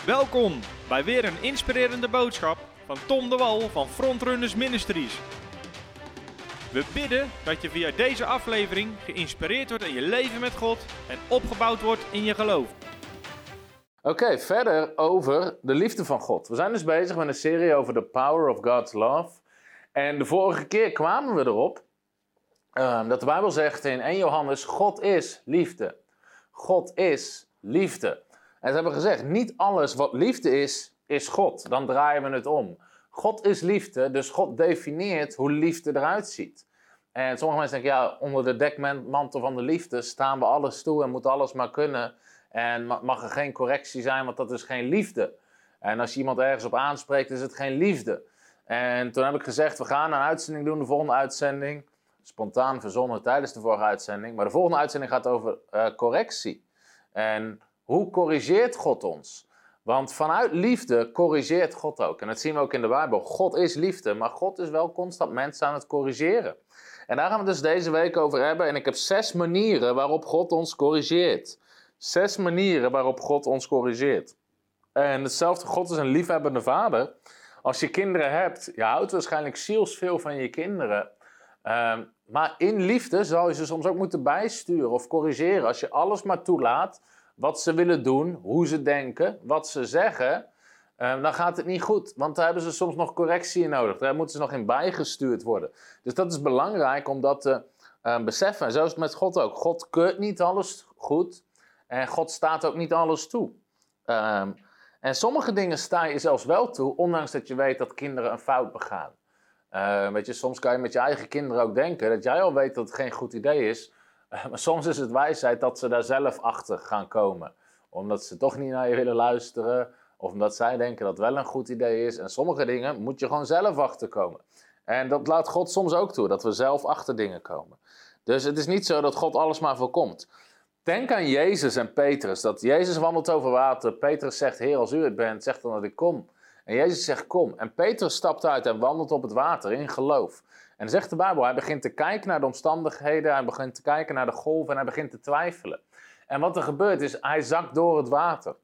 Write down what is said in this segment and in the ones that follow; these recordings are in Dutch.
Welkom bij weer een inspirerende boodschap van Tom de Wal van Frontrunners Ministries. We bidden dat je via deze aflevering geïnspireerd wordt in je leven met God en opgebouwd wordt in je geloof. Oké, verder over de liefde van God. We zijn dus bezig met een serie over the power of God's love. En de vorige keer kwamen we erop dat de Bijbel zegt in 1 Johannes, God is liefde. God is liefde. En ze hebben gezegd, niet alles wat liefde is God. Dan draaien we het om. God is liefde, dus God definieert hoe liefde eruit ziet. En sommige mensen denken, ja, onder de dekmantel van de liefde staan we alles toe en moet alles maar kunnen. En mag er geen correctie zijn, want dat is geen liefde. En als je iemand ergens op aanspreekt, is het geen liefde. En toen heb ik gezegd, we gaan een uitzending doen, de volgende uitzending. Spontaan verzonnen tijdens de vorige uitzending. Maar de volgende uitzending gaat over correctie. En hoe corrigeert God ons? Want vanuit liefde corrigeert God ook. En dat zien we ook in de Bijbel. God is liefde, maar God is wel constant mensen aan het corrigeren. En daar gaan we dus deze week over hebben. En ik heb 6 manieren waarop God ons corrigeert. 6 manieren waarop God ons corrigeert. En hetzelfde, God is een liefhebbende vader. Als je kinderen hebt, je houdt waarschijnlijk zielsveel van je kinderen. Maar in liefde zal je ze soms ook moeten bijsturen of corrigeren. Als je alles maar toelaat, wat ze willen doen, hoe ze denken, wat ze zeggen, dan gaat het niet goed. Want daar hebben ze soms nog correctie in nodig. Daar moeten ze nog in bijgestuurd worden. Dus dat is belangrijk om dat te beseffen. En zo is het met God ook. God keurt niet alles goed en God staat ook niet alles toe. En sommige dingen sta je zelfs wel toe, ondanks dat je weet dat kinderen een fout begaan. Weet je, soms kan je met je eigen kinderen ook denken dat jij al weet dat het geen goed idee is. Maar soms is het wijsheid dat ze daar zelf achter gaan komen. Omdat ze toch niet naar je willen luisteren. Of omdat zij denken dat het wel een goed idee is. En sommige dingen moet je gewoon zelf achterkomen. En dat laat God soms ook toe, dat we zelf achter dingen komen. Dus het is niet zo dat God alles maar voorkomt. Denk aan Jezus en Petrus. Dat Jezus wandelt over water. Petrus zegt, Heer, als u het bent, zeg dan dat ik kom. En Jezus zegt, kom. En Petrus stapt uit en wandelt op het water in geloof. En zegt de Bijbel, hij begint te kijken naar de omstandigheden. Hij begint te kijken naar de golven en hij begint te twijfelen. En wat er gebeurt is, hij zakt door het water.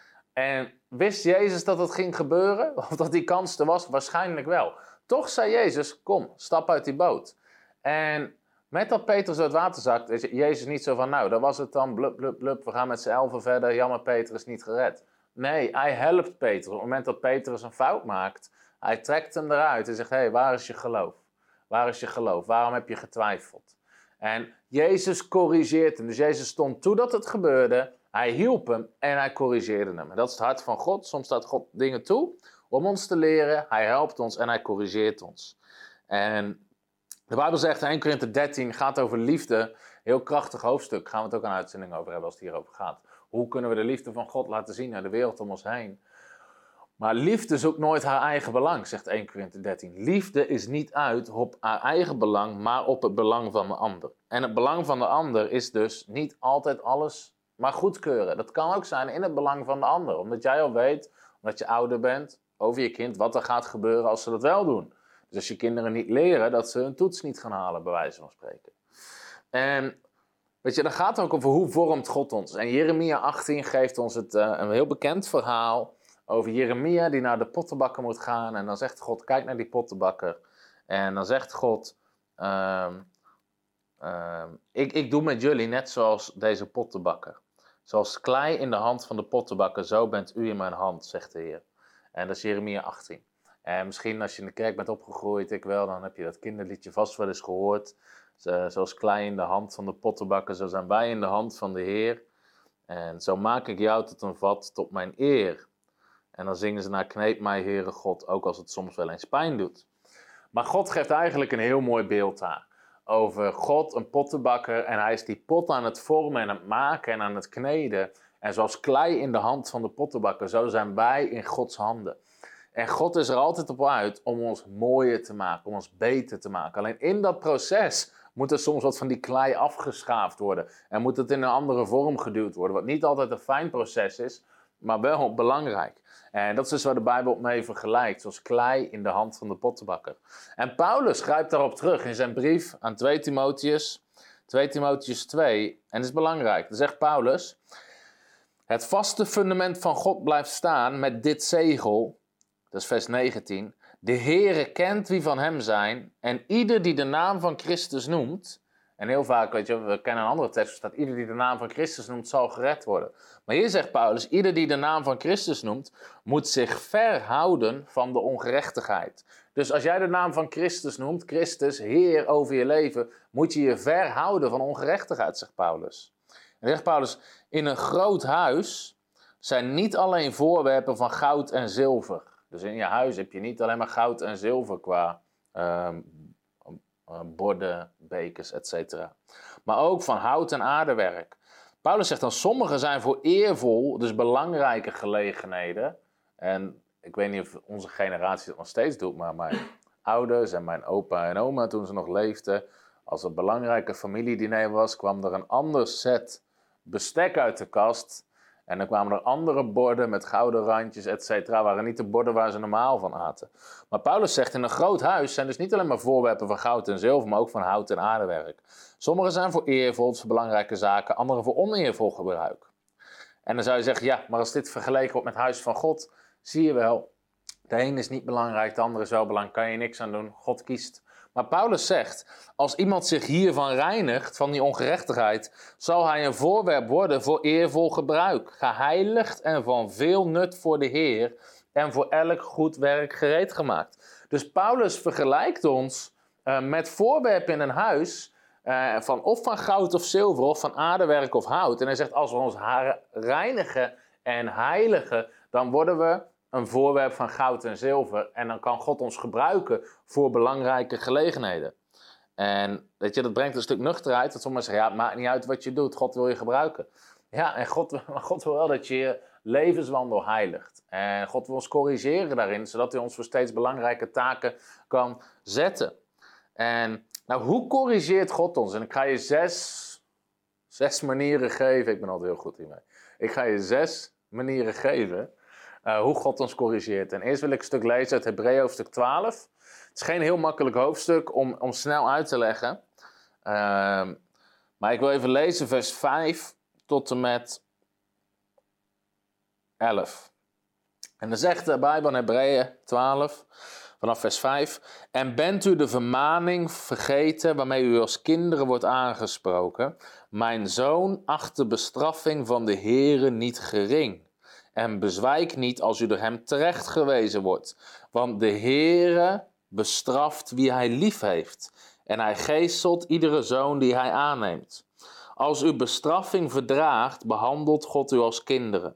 En wist Jezus dat het ging gebeuren? Of dat die kans er was? Waarschijnlijk wel. Toch zei Jezus, kom, stap uit die boot. En met dat Petrus door het water zakt, is Jezus niet zo van, nou, dat was het dan, blub, blub, blub, we gaan met z'n 11 verder, jammer, Petrus niet gered. Nee, hij helpt Petrus. Op het moment dat Petrus een fout maakt, hij trekt hem eruit en zegt, hé, waar is je geloof? Waar is je geloof? Waarom heb je getwijfeld? En Jezus corrigeert hem. Dus Jezus stond toe dat het gebeurde, hij hielp hem en hij corrigeerde hem. En dat is het hart van God. Soms staat God dingen toe om ons te leren. Hij helpt ons en hij corrigeert ons. En de Bijbel zegt, 1 Korinthe 13 gaat over liefde. Heel krachtig hoofdstuk. Gaan we het ook een uitzending over hebben als het hierover gaat. Hoe kunnen we de liefde van God laten zien naar de wereld om ons heen? Maar liefde zoekt nooit haar eigen belang, zegt 1 Korinthe 13. Liefde is niet uit op haar eigen belang, maar op het belang van de ander. En het belang van de ander is dus niet altijd alles maar goedkeuren. Dat kan ook zijn in het belang van de ander. Omdat jij al weet, omdat je ouder bent, over je kind, wat er gaat gebeuren als ze dat wel doen. Dus als je kinderen niet leren dat ze hun toets niet gaan halen, bij wijze van spreken. En weet je, dan gaat het ook over hoe vormt God ons. En Jeremia 18 geeft ons een heel bekend verhaal over Jeremia die naar de pottenbakker moet gaan. En dan zegt God, kijk naar die pottenbakker. En dan zegt God, ik doe met jullie net zoals deze pottenbakker. Zoals klei in de hand van de pottenbakker, zo bent u in mijn hand, zegt de Heer. En dat is Jeremia 18. En misschien als je in de kerk bent opgegroeid, ik wel, dan heb je dat kinderliedje vast wel eens gehoord. Zoals klei in de hand van de pottenbakker, zo zijn wij in de hand van de Heer. En zo maak ik jou tot een vat, tot mijn eer. En dan zingen ze naar kneep mij, Heere God, ook als het soms wel eens pijn doet. Maar God geeft eigenlijk een heel mooi beeld daar. Over God, een pottenbakker, en hij is die pot aan het vormen en aan het maken en aan het kneden. En zoals klei in de hand van de pottenbakker, zo zijn wij in Gods handen. En God is er altijd op uit om ons mooier te maken, om ons beter te maken. Alleen in dat proces moet er soms wat van die klei afgeschaafd worden. En moet het in een andere vorm geduwd worden. Wat niet altijd een fijn proces is, maar wel belangrijk. En dat is dus waar de Bijbel op mee vergelijkt. Zoals klei in de hand van de pottenbakker. En Paulus grijpt daarop terug in zijn brief aan 2 Timotheus 2. En dat is belangrijk. Dan zegt Paulus, Het vaste fundament van God blijft staan met dit zegel. Dat is vers 19. De Heere kent wie van hem zijn en ieder die de naam van Christus noemt. En heel vaak, weet je, we kennen een andere tekst, waar staat ieder die de naam van Christus noemt zal gered worden. Maar hier zegt Paulus, ieder die de naam van Christus noemt, moet zich verhouden van de ongerechtigheid. Dus als jij de naam van Christus noemt, Christus, Heer over je leven, moet je je verhouden van ongerechtigheid, zegt Paulus. En zegt Paulus, in een groot huis zijn niet alleen voorwerpen van goud en zilver. Dus in je huis heb je niet alleen maar goud en zilver qua borden, bekers, etc. Maar ook van hout en aardewerk. Paulus zegt dan, sommige zijn voor eervol, dus belangrijke gelegenheden. En ik weet niet of onze generatie dat nog steeds doet, maar mijn ouders en mijn opa en oma toen ze nog leefden, als er een belangrijke familiediner was, kwam er een ander set bestek uit de kast. En dan kwamen er andere borden met gouden randjes, et cetera. Waren niet de borden waar ze normaal van aten. Maar Paulus zegt, in een groot huis zijn dus niet alleen maar voorwerpen van goud en zilver, maar ook van hout en aardewerk. Sommige zijn voor eervol, voor belangrijke zaken, andere voor oneervol gebruik. En dan zou je zeggen, ja, maar als dit vergeleken wordt met het huis van God, zie je wel, de een is niet belangrijk, de ander is wel belangrijk, kan je niks aan doen, God kiest. Maar Paulus zegt, als iemand zich hiervan reinigt, van die ongerechtigheid, zal hij een voorwerp worden voor eervol gebruik, geheiligd en van veel nut voor de Heer en voor elk goed werk gereed gemaakt. Dus Paulus vergelijkt ons met voorwerpen in een huis, of van goud of zilver, of van aardewerk of hout. En hij zegt, als we ons reinigen en heiligen, dan worden we een voorwerp van goud en zilver. En dan kan God ons gebruiken voor belangrijke gelegenheden. En weet je, dat brengt een stuk nuchterheid. Dat sommigen zeggen, ja, het maakt niet uit wat je doet. God wil je gebruiken. Ja, en God wil wel dat je je levenswandel heiligt. En God wil ons corrigeren daarin, zodat hij ons voor steeds belangrijke taken kan zetten. En nou, hoe corrigeert God ons? En ik ga je zes manieren geven. Ik ben altijd heel goed hiermee. Ik ga je 6 manieren geven hoe God ons corrigeert. En eerst wil ik een stuk lezen uit Hebreeën hoofdstuk 12. Het is geen heel makkelijk hoofdstuk om snel uit te leggen. Maar ik wil even lezen vers 5 tot en met 11. En dan zegt de Bijbel in Hebreeën 12, vanaf vers 5. En bent u de vermaning vergeten waarmee u als kinderen wordt aangesproken? Mijn zoon, acht de bestraffing van de Heere niet gering. En bezwijk niet als u door hem terecht gewezen wordt. Want de Heere bestraft wie hij lief heeft. En hij geestelt iedere zoon die hij aanneemt. Als u bestraffing verdraagt, behandelt God u als kinderen.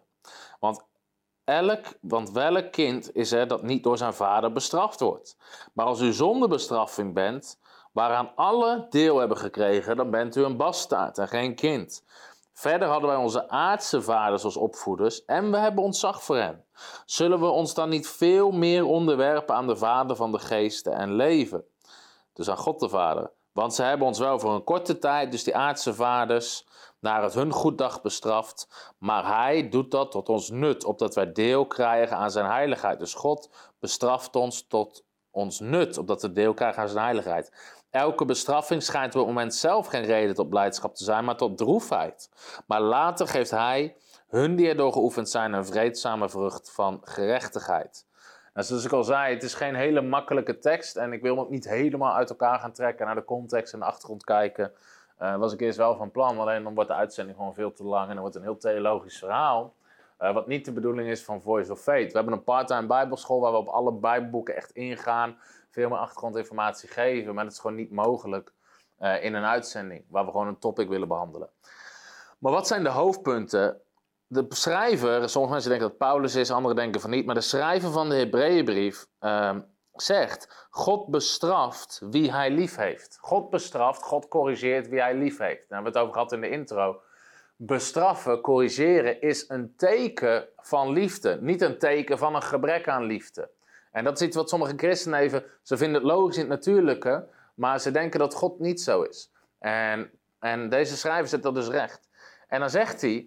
Want welk kind is er dat niet door zijn vader bestraft wordt? Maar als u zonder bestraffing bent, waaraan alle deel hebben gekregen, dan bent u een bastaard en geen kind. Verder hadden wij onze aardse vaders als opvoeders en we hebben ontzag voor hen. Zullen we ons dan niet veel meer onderwerpen aan de Vader van de geesten en leven? Dus aan God de Vader. Want ze hebben ons wel voor een korte tijd, dus die aardse vaders, naar het hun goeddag bestraft. Maar hij doet dat tot ons nut, opdat wij deel krijgen aan zijn heiligheid. Dus God bestraft ons tot ons nut, opdat we deel krijgen aan zijn heiligheid. Elke bestraffing schijnt op het moment zelf geen reden tot blijdschap te zijn, maar tot droefheid. Maar later geeft hij hun die erdoor geoefend zijn een vreedzame vrucht van gerechtigheid. Nou, zoals ik al zei, het is geen hele makkelijke tekst en ik wil hem ook niet helemaal uit elkaar gaan trekken, naar de context en de achtergrond kijken. Was ik eerst wel van plan, alleen dan wordt de uitzending gewoon veel te lang en dan wordt het een heel theologisch verhaal. Wat niet de bedoeling is van Voice of Faith. We hebben een part-time bijbelschool waar we op alle bijbelboeken echt ingaan, veel meer achtergrondinformatie geven, maar dat is gewoon niet mogelijk in een uitzending waar we gewoon een topic willen behandelen. Maar wat zijn de hoofdpunten? De schrijver, sommige mensen denken dat Paulus is, anderen denken van niet, maar de schrijver van de Hebreeënbrief zegt, God bestraft wie hij lief heeft. God bestraft, God corrigeert wie hij lief heeft. Daar hebben we het over gehad in de intro. Bestraffen, corrigeren is een teken van liefde, niet een teken van een gebrek aan liefde. En dat is iets wat sommige christenen even, ze vinden het logisch in het natuurlijke, maar ze denken dat God niet zo is. En deze schrijver zet dat dus recht. En dan zegt hij,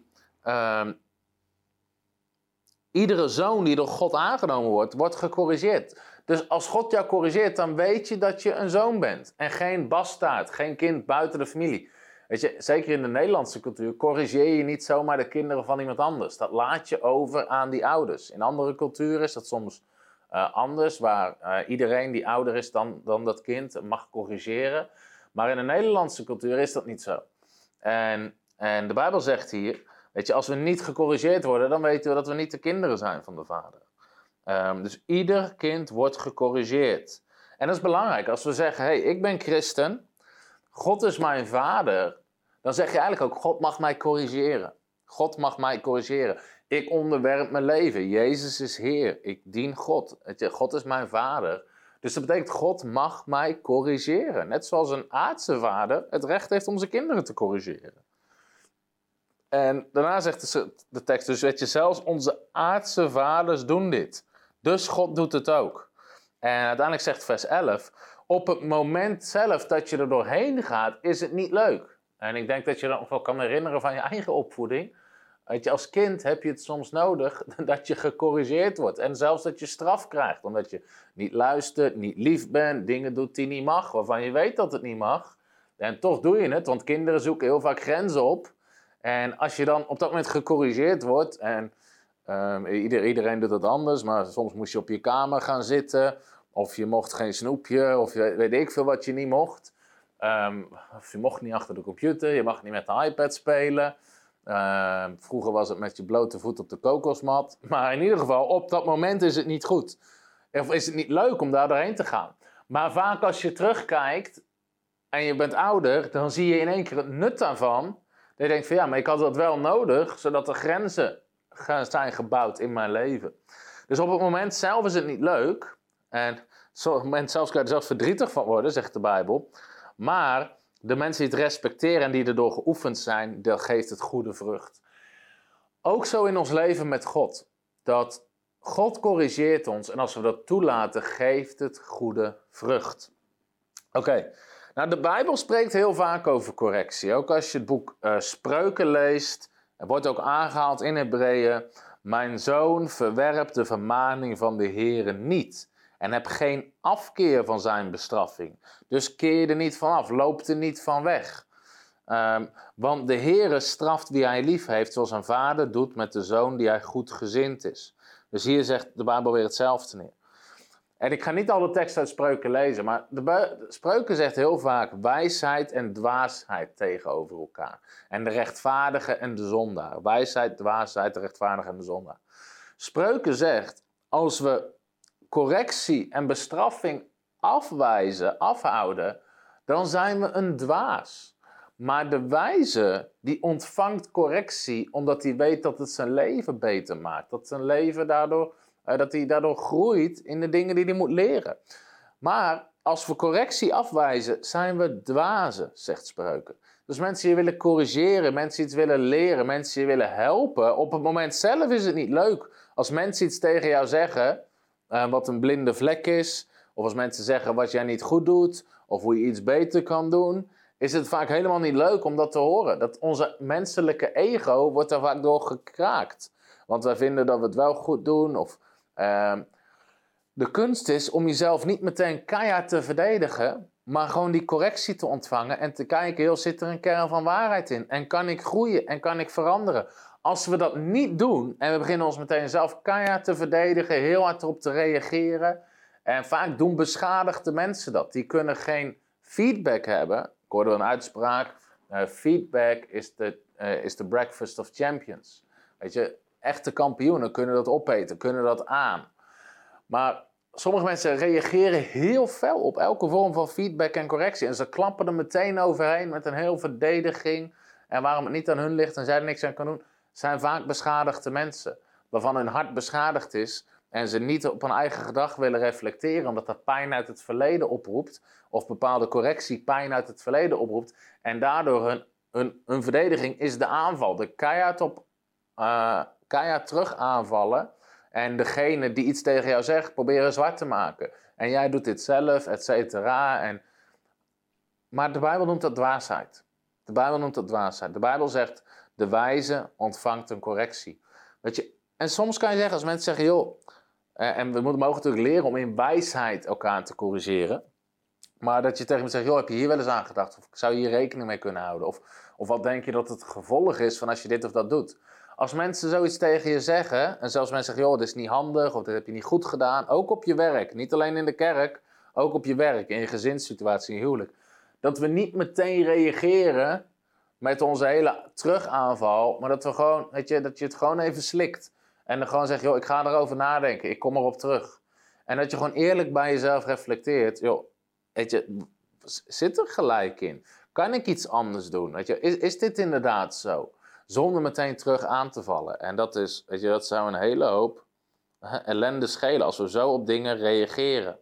iedere zoon die door God aangenomen wordt, wordt gecorrigeerd. Dus als God jou corrigeert, dan weet je dat je een zoon bent. En geen bastaard, geen kind buiten de familie. Weet je, zeker in de Nederlandse cultuur corrigeer je niet zomaar de kinderen van iemand anders. Dat laat je over aan die ouders. In andere culturen is dat soms anders, waar iedereen die ouder is dan dat kind mag corrigeren. Maar in de Nederlandse cultuur is dat niet zo. En de Bijbel zegt hier, weet je, als we niet gecorrigeerd worden, dan weten we dat we niet de kinderen zijn van de Vader. Dus ieder kind wordt gecorrigeerd. En dat is belangrijk. Als we zeggen, hey, ik ben christen, God is mijn Vader, dan zeg je eigenlijk ook, God mag mij corrigeren. God mag mij corrigeren. Ik onderwerp mijn leven. Jezus is Heer. Ik dien God. Weet je, God is mijn Vader. Dus dat betekent, God mag mij corrigeren. Net zoals een aardse vader het recht heeft om zijn kinderen te corrigeren. En daarna zegt de tekst dus, weet je, zelfs onze aardse vaders doen dit. Dus God doet het ook. En uiteindelijk zegt vers 11, op het moment zelf dat je er doorheen gaat, is het niet leuk. En ik denk dat je dat nog wel kan herinneren van je eigen opvoeding. Weet je, als kind heb je het soms nodig dat je gecorrigeerd wordt. En zelfs dat je straf krijgt, omdat je niet luistert, niet lief bent, dingen doet die niet mag, waarvan je weet dat het niet mag. En toch doe je het, want kinderen zoeken heel vaak grenzen op. En als je dan op dat moment gecorrigeerd wordt, en iedereen doet het anders, maar soms moest je op je kamer gaan zitten, of je mocht geen snoepje, of weet ik veel wat je niet mocht. Of je mocht niet achter de computer, je mag niet met de iPad spelen. Vroeger was het met je blote voet op de kokosmat. Maar in ieder geval, op dat moment is het niet goed. Of is het niet leuk om daar doorheen te gaan. Maar vaak als je terugkijkt en je bent ouder, dan zie je in één keer het nut daarvan. Dat je denkt van ja, maar ik had dat wel nodig, zodat er grenzen zijn gebouwd in mijn leven. Dus op het moment zelf is het niet leuk. En op het moment zelfs kan je er zelfs verdrietig van worden, zegt de Bijbel. Maar de mensen die het respecteren en die erdoor geoefend zijn, dat geeft het goede vrucht. Ook zo in ons leven met God. Dat God corrigeert ons en als we dat toelaten, geeft het goede vrucht. Oké. Nou, de Bijbel spreekt heel vaak over correctie. Ook als je het boek Spreuken leest, er wordt ook aangehaald in Hebreeën. Mijn zoon, verwerp de vermaning van de Heere niet. En heb geen afkeer van zijn bestraffing. Dus keer je er niet van af, loop er niet van weg. Want de Heere straft wie hij lief heeft, zoals een vader doet met de zoon die hij goedgezind is. Dus hier zegt de Bijbel weer hetzelfde neer. En ik ga niet alle teksten uit Spreuken lezen, maar de Spreuken zegt heel vaak wijsheid en dwaasheid tegenover elkaar. En de rechtvaardige en de zondaar. Wijsheid, dwaasheid, de rechtvaardige en de zondaar. Spreuken zegt, als we correctie en bestraffing afhouden, dan zijn we een dwaas. Maar de wijze, die ontvangt correctie omdat hij weet dat het zijn leven beter maakt. Dat zijn leven dat hij daardoor groeit in de dingen die hij moet leren. Maar als we correctie afwijzen, zijn we dwazen, zegt Spreuken. Dus mensen die willen corrigeren, mensen die iets willen leren, mensen die willen helpen. Op het moment zelf is het niet leuk. Als mensen iets tegen jou zeggen, wat een blinde vlek is, of als mensen zeggen wat jij niet goed doet, of hoe je iets beter kan doen, is het vaak helemaal niet leuk om dat te horen. Dat onze menselijke ego wordt daar vaak door gekraakt. Want wij vinden dat we het wel goed doen, of de kunst is om jezelf niet meteen keihard te verdedigen, maar gewoon die correctie te ontvangen en te kijken, joh, zit er een kern van waarheid in? En kan ik groeien en kan ik veranderen? Als we dat niet doen en we beginnen ons meteen zelf keihard te verdedigen, heel hard erop te reageren, en vaak doen beschadigde mensen dat. Die kunnen geen feedback hebben. Ik hoorde wel een uitspraak, feedback is the breakfast of champions. Weet je, echte kampioenen kunnen dat opeten, kunnen dat aan. Maar sommige mensen reageren heel fel op elke vorm van feedback en correctie. En ze klappen er meteen overheen met een heel verdediging. En waarom het niet aan hun ligt en zij er niks aan kan doen, zijn vaak beschadigde mensen. Waarvan hun hart beschadigd is en ze niet op hun eigen gedrag willen reflecteren. Omdat dat pijn uit het verleden oproept. Of bepaalde correctie pijn uit het verleden oproept. En daardoor hun verdediging is de aanval. De keihard terug aanvallen. En degene die iets tegen jou zegt, proberen zwart te maken. En jij doet dit zelf, et cetera. Maar de Bijbel noemt dat dwaasheid. De Bijbel noemt dat dwaasheid. De Bijbel zegt, de wijze ontvangt een correctie. Weet je, en soms kan je zeggen, als mensen zeggen, joh, en we mogen natuurlijk leren om in wijsheid elkaar te corrigeren. Maar dat je tegen me zegt, joh, heb je hier wel eens aan gedacht? Of zou je hier rekening mee kunnen houden? Of wat denk je dat het gevolg is van als je dit of dat doet? Als mensen zoiets tegen je zeggen, en zelfs mensen zeggen, joh, dit is niet handig, of dit heb je niet goed gedaan. Ook op je werk, niet alleen in de kerk, ook op je werk, in je gezinssituatie, in je huwelijk. Dat we niet meteen reageren met onze hele terugaanval, maar dat we gewoon, weet je, dat je het gewoon even slikt. En dan gewoon zegt, joh, ik ga erover nadenken, ik kom erop terug. En dat je gewoon eerlijk bij jezelf reflecteert, joh, weet je, zit er gelijk in? Kan ik iets anders doen? Weet je, is dit inderdaad zo? Zonder meteen terug aan te vallen. En dat is, weet je, dat zou een hele hoop ellende schelen als we zo op dingen reageren.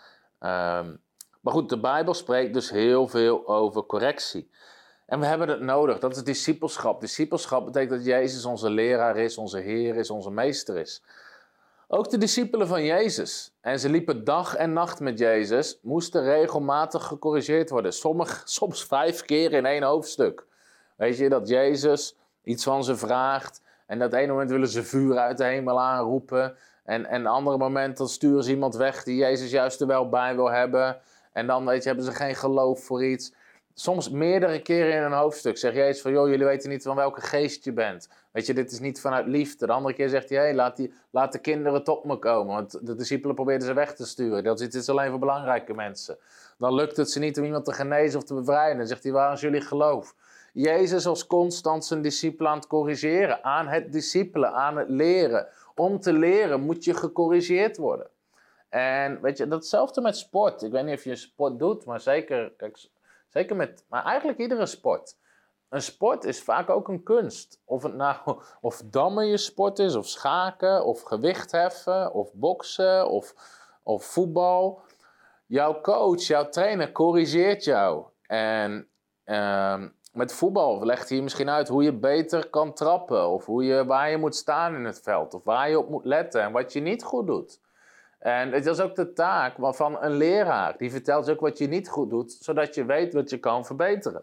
Maar goed, de Bijbel spreekt dus heel veel over correctie. En we hebben het nodig, dat is discipelschap. Discipelschap betekent dat Jezus onze leraar is, onze Heer is, onze meester is. Ook de discipelen van Jezus, en ze liepen dag en nacht met Jezus, moesten regelmatig gecorrigeerd worden. Soms 5 keer in 1 hoofdstuk. Weet je, dat Jezus iets van ze vraagt en dat ene moment willen ze vuur uit de hemel aanroepen. En een andere moment dan sturen ze iemand weg die Jezus juist er wel bij wil hebben. En dan, weet je, hebben ze geen geloof voor iets. Soms meerdere keren in een hoofdstuk zegt Jezus van, joh, jullie weten niet van welke geest je bent. Weet je, dit is niet vanuit liefde. De andere keer zegt hij, hey, laat de kinderen tot me komen. Want de discipelen probeerden ze weg te sturen. Dat is alleen voor belangrijke mensen. Dan lukt het ze niet om iemand te genezen of te bevrijden. Dan zegt hij, waar is jullie geloof? Jezus was constant zijn discipelen aan het corrigeren. Aan het discipelen, aan het leren. Om te leren moet je gecorrigeerd worden. En weet je, datzelfde met sport. Ik weet niet of je sport doet, maar zeker, kijk, zeker met, maar eigenlijk iedere sport. Een sport is vaak ook een kunst. Of het nou, of dammen je sport is, of schaken, of gewichtheffen, of boksen, of voetbal. Jouw coach, jouw trainer corrigeert jou. En met voetbal legt hij misschien uit hoe je beter kan trappen. Of waar je moet staan in het veld. Of waar je op moet letten en wat je niet goed doet. En het is ook de taak van een leraar. Die vertelt ook wat je niet goed doet, zodat je weet wat je kan verbeteren.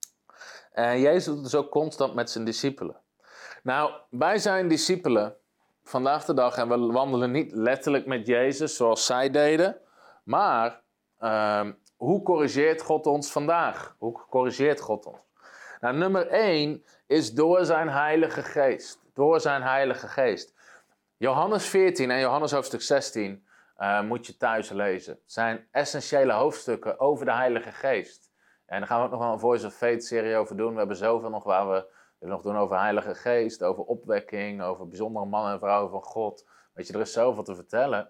En Jezus doet het dus ook constant met zijn discipelen. Nou, wij zijn discipelen vandaag de dag en we wandelen niet letterlijk met Jezus zoals zij deden. Maar hoe corrigeert God ons vandaag? Hoe corrigeert God ons? Nou, nummer 1 is door zijn Heilige Geest. Door zijn Heilige Geest. Johannes 14 en Johannes hoofdstuk 16 moet je thuis lezen. Het zijn essentiële hoofdstukken over de Heilige Geest. En daar gaan we ook nog wel een Voice of Faith serie over doen. We hebben zoveel nog waar we willen nog doen over Heilige Geest, over opwekking, over bijzondere mannen en vrouwen van God. Weet je, er is zoveel te vertellen.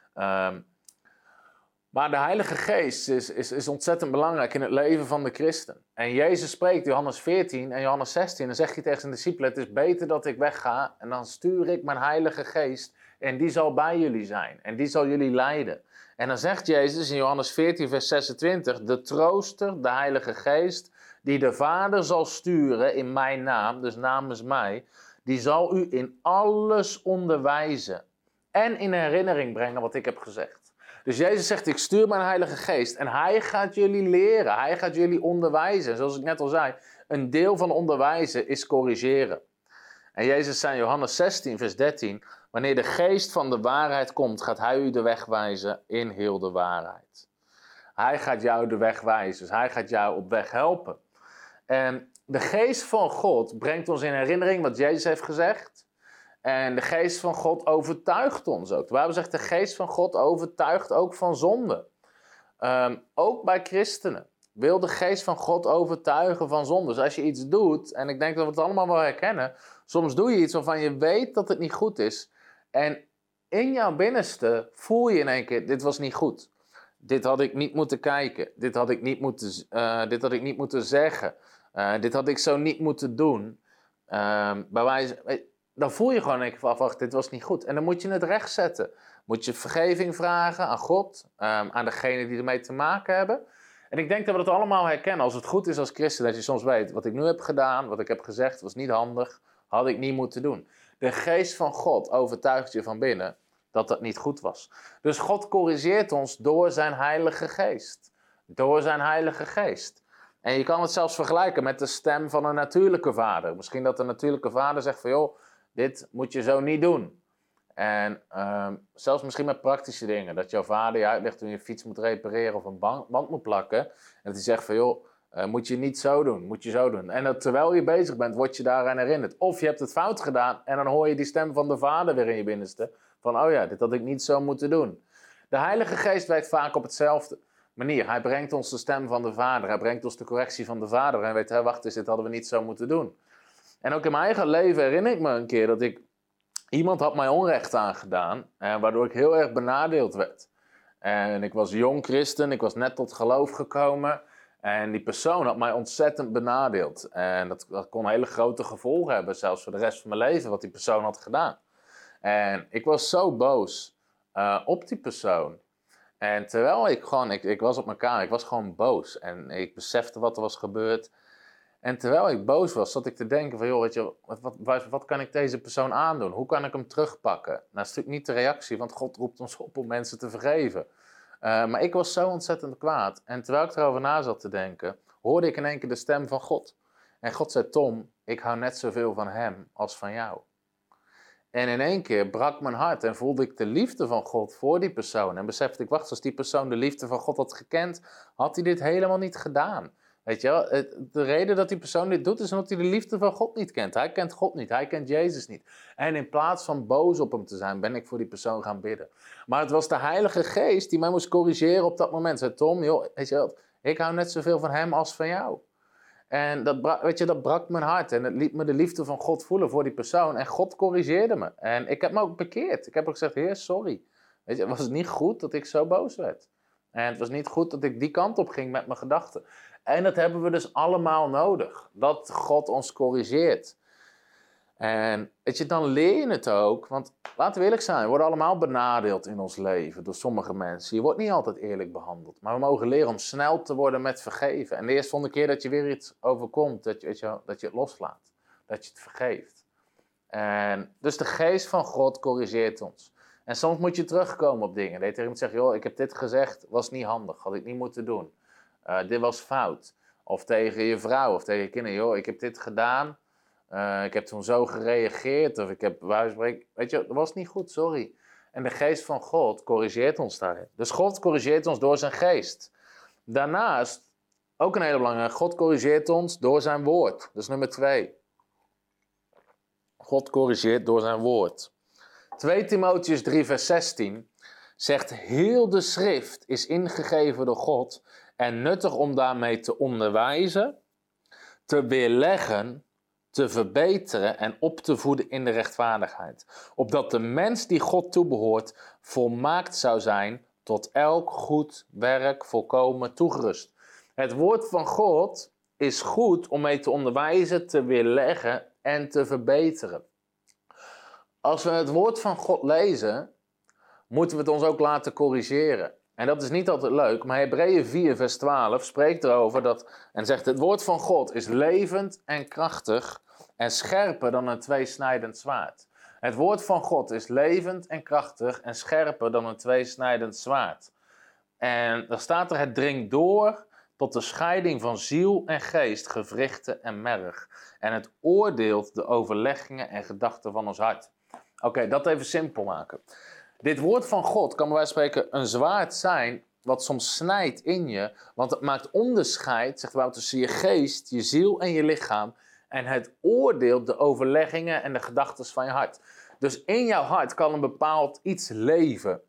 Maar de Heilige Geest is ontzettend belangrijk in het leven van de christen. En Jezus spreekt Johannes 14 en Johannes 16. En dan zegt hij tegen zijn discipelen, het is beter dat ik wegga. En dan stuur ik mijn Heilige Geest. En die zal bij jullie zijn. En die zal jullie leiden. En dan zegt Jezus in Johannes 14 vers 26. De trooster, de Heilige Geest, die de Vader zal sturen in mijn naam. Dus namens mij. Die zal u in alles onderwijzen. En in herinnering brengen wat ik heb gezegd. Dus Jezus zegt, ik stuur mijn Heilige Geest en hij gaat jullie leren. Hij gaat jullie onderwijzen. Zoals ik net al zei, een deel van onderwijzen is corrigeren. En Jezus zei in Johannes 16, vers 13, wanneer de Geest van de waarheid komt, gaat hij u de weg wijzen in heel de waarheid. Hij gaat jou de weg wijzen, dus hij gaat jou op weg helpen. En de Geest van God brengt ons in herinnering wat Jezus heeft gezegd. En de Geest van God overtuigt ons ook. De Bijbel zegt, de Geest van God overtuigt ook van zonde. Ook bij christenen wil de Geest van God overtuigen van zonde. Dus als je iets doet, en ik denk dat we het allemaal wel herkennen, soms doe je iets waarvan je weet dat het niet goed is. En in jouw binnenste voel je in één keer, dit was niet goed. Dit had ik niet moeten kijken. Dit had ik niet moeten zeggen. Dit had ik zo niet moeten doen. Dan voel je gewoon in één keer van, wacht, dit was niet goed. En dan moet je het rechtzetten. Moet je vergeving vragen aan God, aan degenen die ermee te maken hebben. En ik denk dat we dat allemaal herkennen. Als het goed is als christen, dat je soms weet, wat ik nu heb gedaan, wat ik heb gezegd, was niet handig, had ik niet moeten doen. De Geest van God overtuigt je van binnen dat dat niet goed was. Dus God corrigeert ons door zijn Heilige Geest. Door zijn Heilige Geest. En je kan het zelfs vergelijken met de stem van een natuurlijke vader. Misschien dat de natuurlijke vader zegt van, joh, dit moet je zo niet doen. En zelfs misschien met praktische dingen. Dat jouw vader je uitlegt hoe je een fiets moet repareren of een band moet plakken. En dat hij zegt van joh, moet je niet zo doen, moet je zo doen. En dat terwijl je bezig bent, word je daaraan herinnerd. Of je hebt het fout gedaan en dan hoor je die stem van de vader weer in je binnenste. Van oh ja, dit had ik niet zo moeten doen. De Heilige Geest werkt vaak op hetzelfde manier. Hij brengt ons de stem van de vader. Hij brengt ons de correctie van de vader. En hij weet, hé, wacht eens, dit hadden we niet zo moeten doen. En ook in mijn eigen leven herinner ik me een keer dat iemand had mij onrecht aangedaan, waardoor ik heel erg benadeeld werd. En ik was jong christen, ik was net tot geloof gekomen. En die persoon had mij ontzettend benadeeld. En dat kon hele grote gevolgen hebben, zelfs voor de rest van mijn leven, wat die persoon had gedaan. En ik was zo boos op die persoon. En terwijl ik was op mijn kamer, ik was gewoon boos. En ik besefte wat er was gebeurd. En terwijl ik boos was, zat ik te denken van, joh, weet je, wat kan ik deze persoon aandoen? Hoe kan ik hem terugpakken? Nou, dat is natuurlijk niet de reactie, want God roept ons op om mensen te vergeven. Maar ik was zo ontzettend kwaad. En terwijl ik erover na zat te denken, hoorde ik in één keer de stem van God. En God zei, Tom, ik hou net zoveel van hem als van jou. En in één keer brak mijn hart en voelde ik de liefde van God voor die persoon. En besefte ik, wacht, als die persoon de liefde van God had gekend, had hij dit helemaal niet gedaan. Weet je wel, de reden dat die persoon dit doet, is omdat hij de liefde van God niet kent. Hij kent God niet, hij kent Jezus niet. En in plaats van boos op hem te zijn, ben ik voor die persoon gaan bidden. Maar het was de Heilige Geest die mij moest corrigeren op dat moment. Zei, Tom, joh, weet je wel, ik hou net zoveel van hem als van jou. En dat brak mijn hart en het liet me de liefde van God voelen voor die persoon. En God corrigeerde me. En ik heb me ook bekeerd. Ik heb ook gezegd, Heer, sorry. Weet je, het was niet goed dat ik zo boos werd. En het was niet goed dat ik die kant op ging met mijn gedachten. En dat hebben we dus allemaal nodig. Dat God ons corrigeert. En weet je, dan leer je het ook. Want laten we eerlijk zijn, we worden allemaal benadeeld in ons leven door sommige mensen. Je wordt niet altijd eerlijk behandeld. Maar we mogen leren om snel te worden met vergeven. En de eerstvolgende keer dat je weer iets overkomt, dat je het loslaat. Dat je het vergeeft. En dus de geest van God corrigeert ons. En soms moet je terugkomen op dingen. Dat je tegen iemand zegt, joh, ik heb dit gezegd, was niet handig, had ik niet moeten doen. Dit was fout. Of tegen je vrouw of tegen je kinderen, joh, ik heb dit gedaan. Ik heb toen zo gereageerd. Of ik heb, weet je, dat was niet goed, sorry. En de geest van God corrigeert ons daarin. Dus God corrigeert ons door zijn geest. Daarnaast, ook een hele belangrijke, God corrigeert ons door zijn woord. Dat is nummer 2. God corrigeert door zijn woord. 2 Timotheüs 3 vers 16 zegt, heel de schrift is ingegeven door God en nuttig om daarmee te onderwijzen, te weerleggen, te verbeteren en op te voeden in de rechtvaardigheid. Opdat de mens die God toebehoort volmaakt zou zijn, tot elk goed werk volkomen toegerust. Het woord van God is goed om mee te onderwijzen, te weerleggen en te verbeteren. Als we het woord van God lezen, moeten we het ons ook laten corrigeren. En dat is niet altijd leuk, maar Hebreeën 4 vers 12 spreekt erover en zegt, het woord van God is levend en krachtig en scherper dan een tweesnijdend zwaard. Het woord van God is levend en krachtig en scherper dan een tweesnijdend zwaard. En dan staat er, het dringt door tot de scheiding van ziel en geest, gewrichten en merg. En het oordeelt de overleggingen en gedachten van ons hart. Oké, dat even simpel maken. Dit woord van God kan bij wijze van spreken een zwaard zijn wat soms snijdt in je. Want het maakt onderscheid, zegt Wout, tussen je geest, je ziel en je lichaam. En het oordeelt de overleggingen en de gedachten van je hart. Dus in jouw hart kan een bepaald iets leven.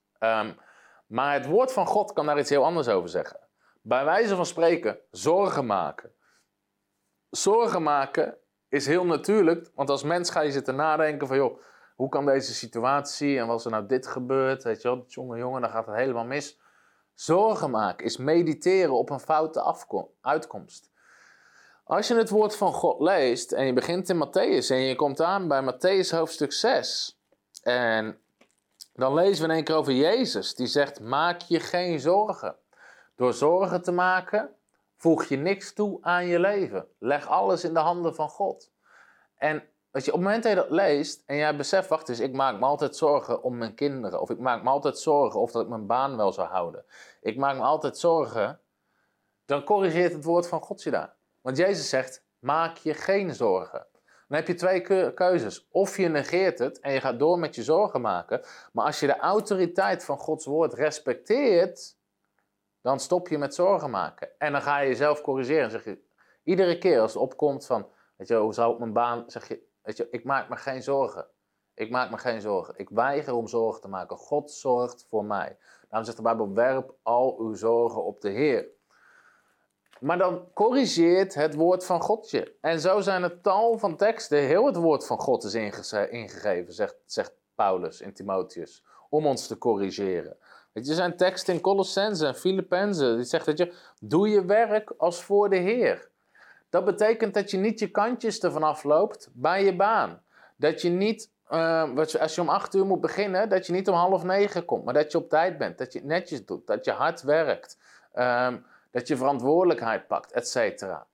Maar het woord van God kan daar iets heel anders over zeggen. Bij wijze van spreken, zorgen maken. Zorgen maken is heel natuurlijk, want als mens ga je zitten nadenken van, joh, hoe kan deze situatie en was er nou dit gebeurd? Weet je wel, jongen, dan gaat het helemaal mis. Zorgen maken is mediteren op een foute uitkomst. Als je het woord van God leest en je begint in Matthäus en je komt aan bij Matthäus hoofdstuk 6. En dan lezen we in één keer over Jezus. Die zegt, maak je geen zorgen. Door zorgen te maken, voeg je niks toe aan je leven. Leg alles in de handen van God. En weet je, op het moment dat je dat leest en jij beseft, wacht eens, ik maak me altijd zorgen om mijn kinderen. Of ik maak me altijd zorgen of dat ik mijn baan wel zou houden. Ik maak me altijd zorgen. Dan corrigeert het woord van God je daar. Want Jezus zegt, maak je geen zorgen. Dan heb je twee keuzes. Of je negeert het en je gaat door met je zorgen maken. Maar als je de autoriteit van Gods woord respecteert, dan stop je met zorgen maken. En dan ga je jezelf corrigeren. En zeg je, iedere keer als het opkomt van, weet je, hoe zou ik mijn baan, zeg je, weet je, ik maak me geen zorgen. Ik maak me geen zorgen. Ik weiger om zorgen te maken. God zorgt voor mij. Daarom zegt de Bijbel, werp al uw zorgen op de Heer. Maar dan corrigeert het woord van God je. En zo zijn er tal van teksten. Heel het woord van God is ingegeven, zegt Paulus in Timotheus. Om ons te corrigeren. Weet je, er zijn teksten in Colossense en Filippenzen. Die zegt dat je, doe je werk als voor de Heer. Dat betekent dat je niet je kantjes ervan afloopt bij je baan. Dat je niet, als je om 8 uur moet beginnen, dat je niet om 8:30 komt. Maar dat je op tijd bent. Dat je het netjes doet. Dat je hard werkt. Dat je verantwoordelijkheid pakt, et cetera.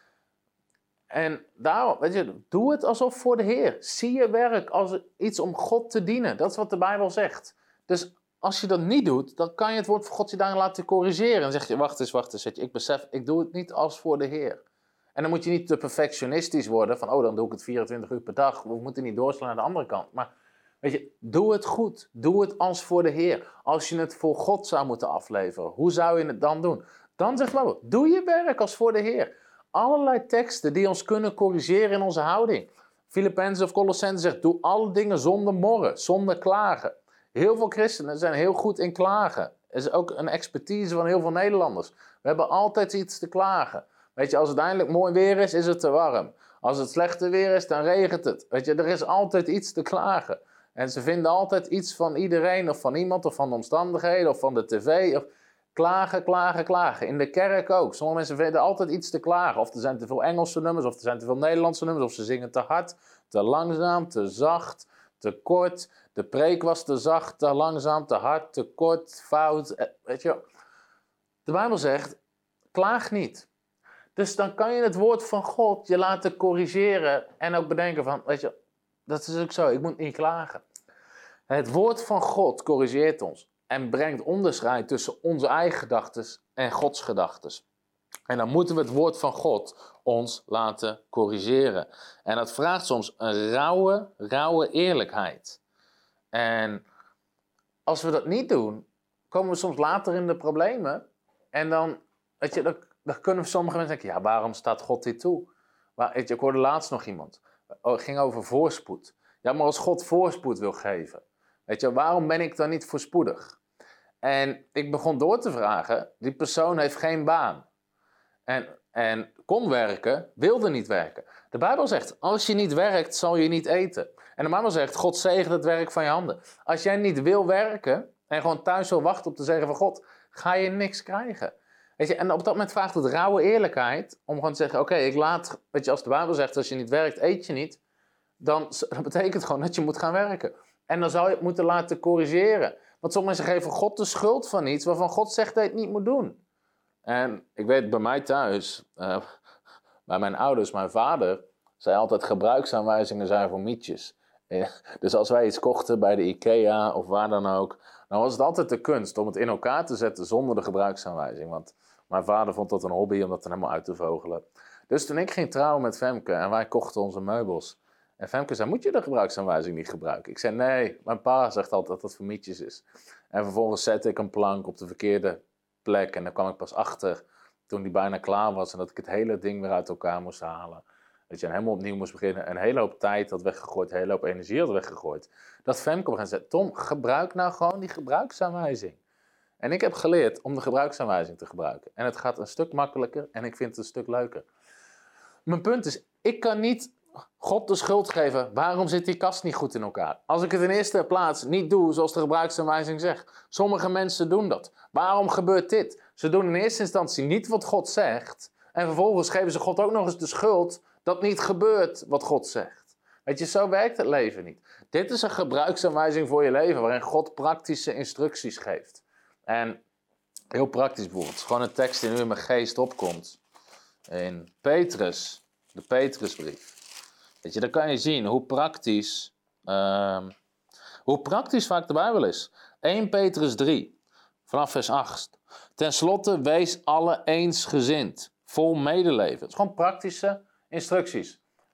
En daarom, weet je, doe het alsof voor de Heer. Zie je werk als iets om God te dienen. Dat is wat de Bijbel zegt. Dus als je dat niet doet, dan kan je het woord van God je daarin laten corrigeren. En dan zeg je, wacht eens. Ik besef, ik doe het niet als voor de Heer. En dan moet je niet te perfectionistisch worden. Van, dan doe ik het 24 uur per dag. We moeten niet doorslaan naar de andere kant. Maar, weet je, doe het goed. Doe het als voor de Heer. Als je het voor God zou moeten afleveren, hoe zou je het dan doen? Dan zegt de Bijbel, doe je werk als voor de Heer. Allerlei teksten die ons kunnen corrigeren in onze houding. Filippenzen of Colossense zegt, doe alle dingen zonder morren, zonder klagen. Heel veel christenen zijn heel goed in klagen. Dat is ook een expertise van heel veel Nederlanders. We hebben altijd iets te klagen. Weet je, als het eindelijk mooi weer is het te warm. Als het slechte weer is, dan regent het. Weet je, er is altijd iets te klagen. En ze vinden altijd iets van iedereen of van iemand of van de omstandigheden of van de tv. Klagen. In de kerk ook. Sommige mensen vinden altijd iets te klagen. Of er zijn te veel Engelse nummers, of er zijn te veel Nederlandse nummers, of ze zingen te hard, te langzaam, te zacht, te kort. De preek was te zacht, te langzaam, te hard, te kort, fout. Weet je, de Bijbel zegt, klaag niet. Dus dan kan je het woord van God je laten corrigeren en ook bedenken van, weet je, dat is ook zo, ik moet niet klagen. Het woord van God corrigeert ons en brengt onderscheid tussen onze eigen gedachten en Gods gedachten. En dan moeten we het woord van God ons laten corrigeren. En dat vraagt soms een rauwe eerlijkheid. En als we dat niet doen, komen we soms later in de problemen. En dan, weet je, dan kunnen sommige mensen denken, ja, waarom staat God dit toe? Weet je, ik hoorde laatst nog iemand, het ging over voorspoed. Ja, maar als God voorspoed wil geven, weet je, waarom ben ik dan niet voorspoedig? En ik begon door te vragen, die persoon heeft geen baan. En kon werken, wilde niet werken. De Bijbel zegt, als je niet werkt, zal je niet eten. En de Bijbel zegt, God zegent het werk van je handen. Als jij niet wil werken en gewoon thuis wil wachten op de zegen van God, ga je niks krijgen. Weet je, en op dat moment vraagt het rauwe eerlijkheid om gewoon te zeggen, oké, ik laat, weet je, als de Bijbel zegt, als je niet werkt, eet je niet. Dan betekent gewoon dat je moet gaan werken. En dan zou je het moeten laten corrigeren. Want sommige mensen geven God de schuld van iets waarvan God zegt dat je het niet moet doen. En ik weet bij mij thuis, bij mijn ouders, mijn vader, zei altijd gebruiksaanwijzingen zijn voor mietjes. Dus als wij iets kochten bij de IKEA of waar dan ook, dan was het altijd de kunst om het in elkaar te zetten zonder de gebruiksaanwijzing. Want mijn vader vond dat een hobby om dat dan helemaal uit te vogelen. Dus toen ik ging trouwen met Femke en wij kochten onze meubels. En Femke zei, moet je de gebruiksaanwijzing niet gebruiken? Ik zei, nee, mijn pa zegt altijd dat dat voor mietjes is. En vervolgens zette ik een plank op de verkeerde plek. En dan kwam ik pas achter, toen die bijna klaar was, en dat ik het hele ding weer uit elkaar moest halen. Dat je en helemaal opnieuw moest beginnen. Een hele hoop tijd had weggegooid, een hele hoop energie had weggegooid. Dat Femke op een gegeven moment zei, Tom, gebruik nou gewoon die gebruiksaanwijzing. En ik heb geleerd om de gebruiksaanwijzing te gebruiken. En het gaat een stuk makkelijker en ik vind het een stuk leuker. Mijn punt is, ik kan niet God de schuld geven, waarom zit die kast niet goed in elkaar? Als ik het in eerste plaats niet doe zoals de gebruiksaanwijzing zegt. Sommige mensen doen dat. Waarom gebeurt dit? Ze doen in eerste instantie niet wat God zegt. En vervolgens geven ze God ook nog eens de schuld dat niet gebeurt wat God zegt. Weet je, zo werkt het leven niet. Dit is een gebruiksaanwijzing voor je leven, waarin God praktische instructies geeft. En heel praktisch bijvoorbeeld, gewoon een tekst die nu in mijn geest opkomt. In Petrus, de Petrusbrief. Weet je, dan kan je zien hoe praktisch vaak de Bijbel is. 1 Petrus 3, vanaf vers 8. Ten slotte, wees alle eensgezind, vol medeleven. Het is gewoon praktische instructies.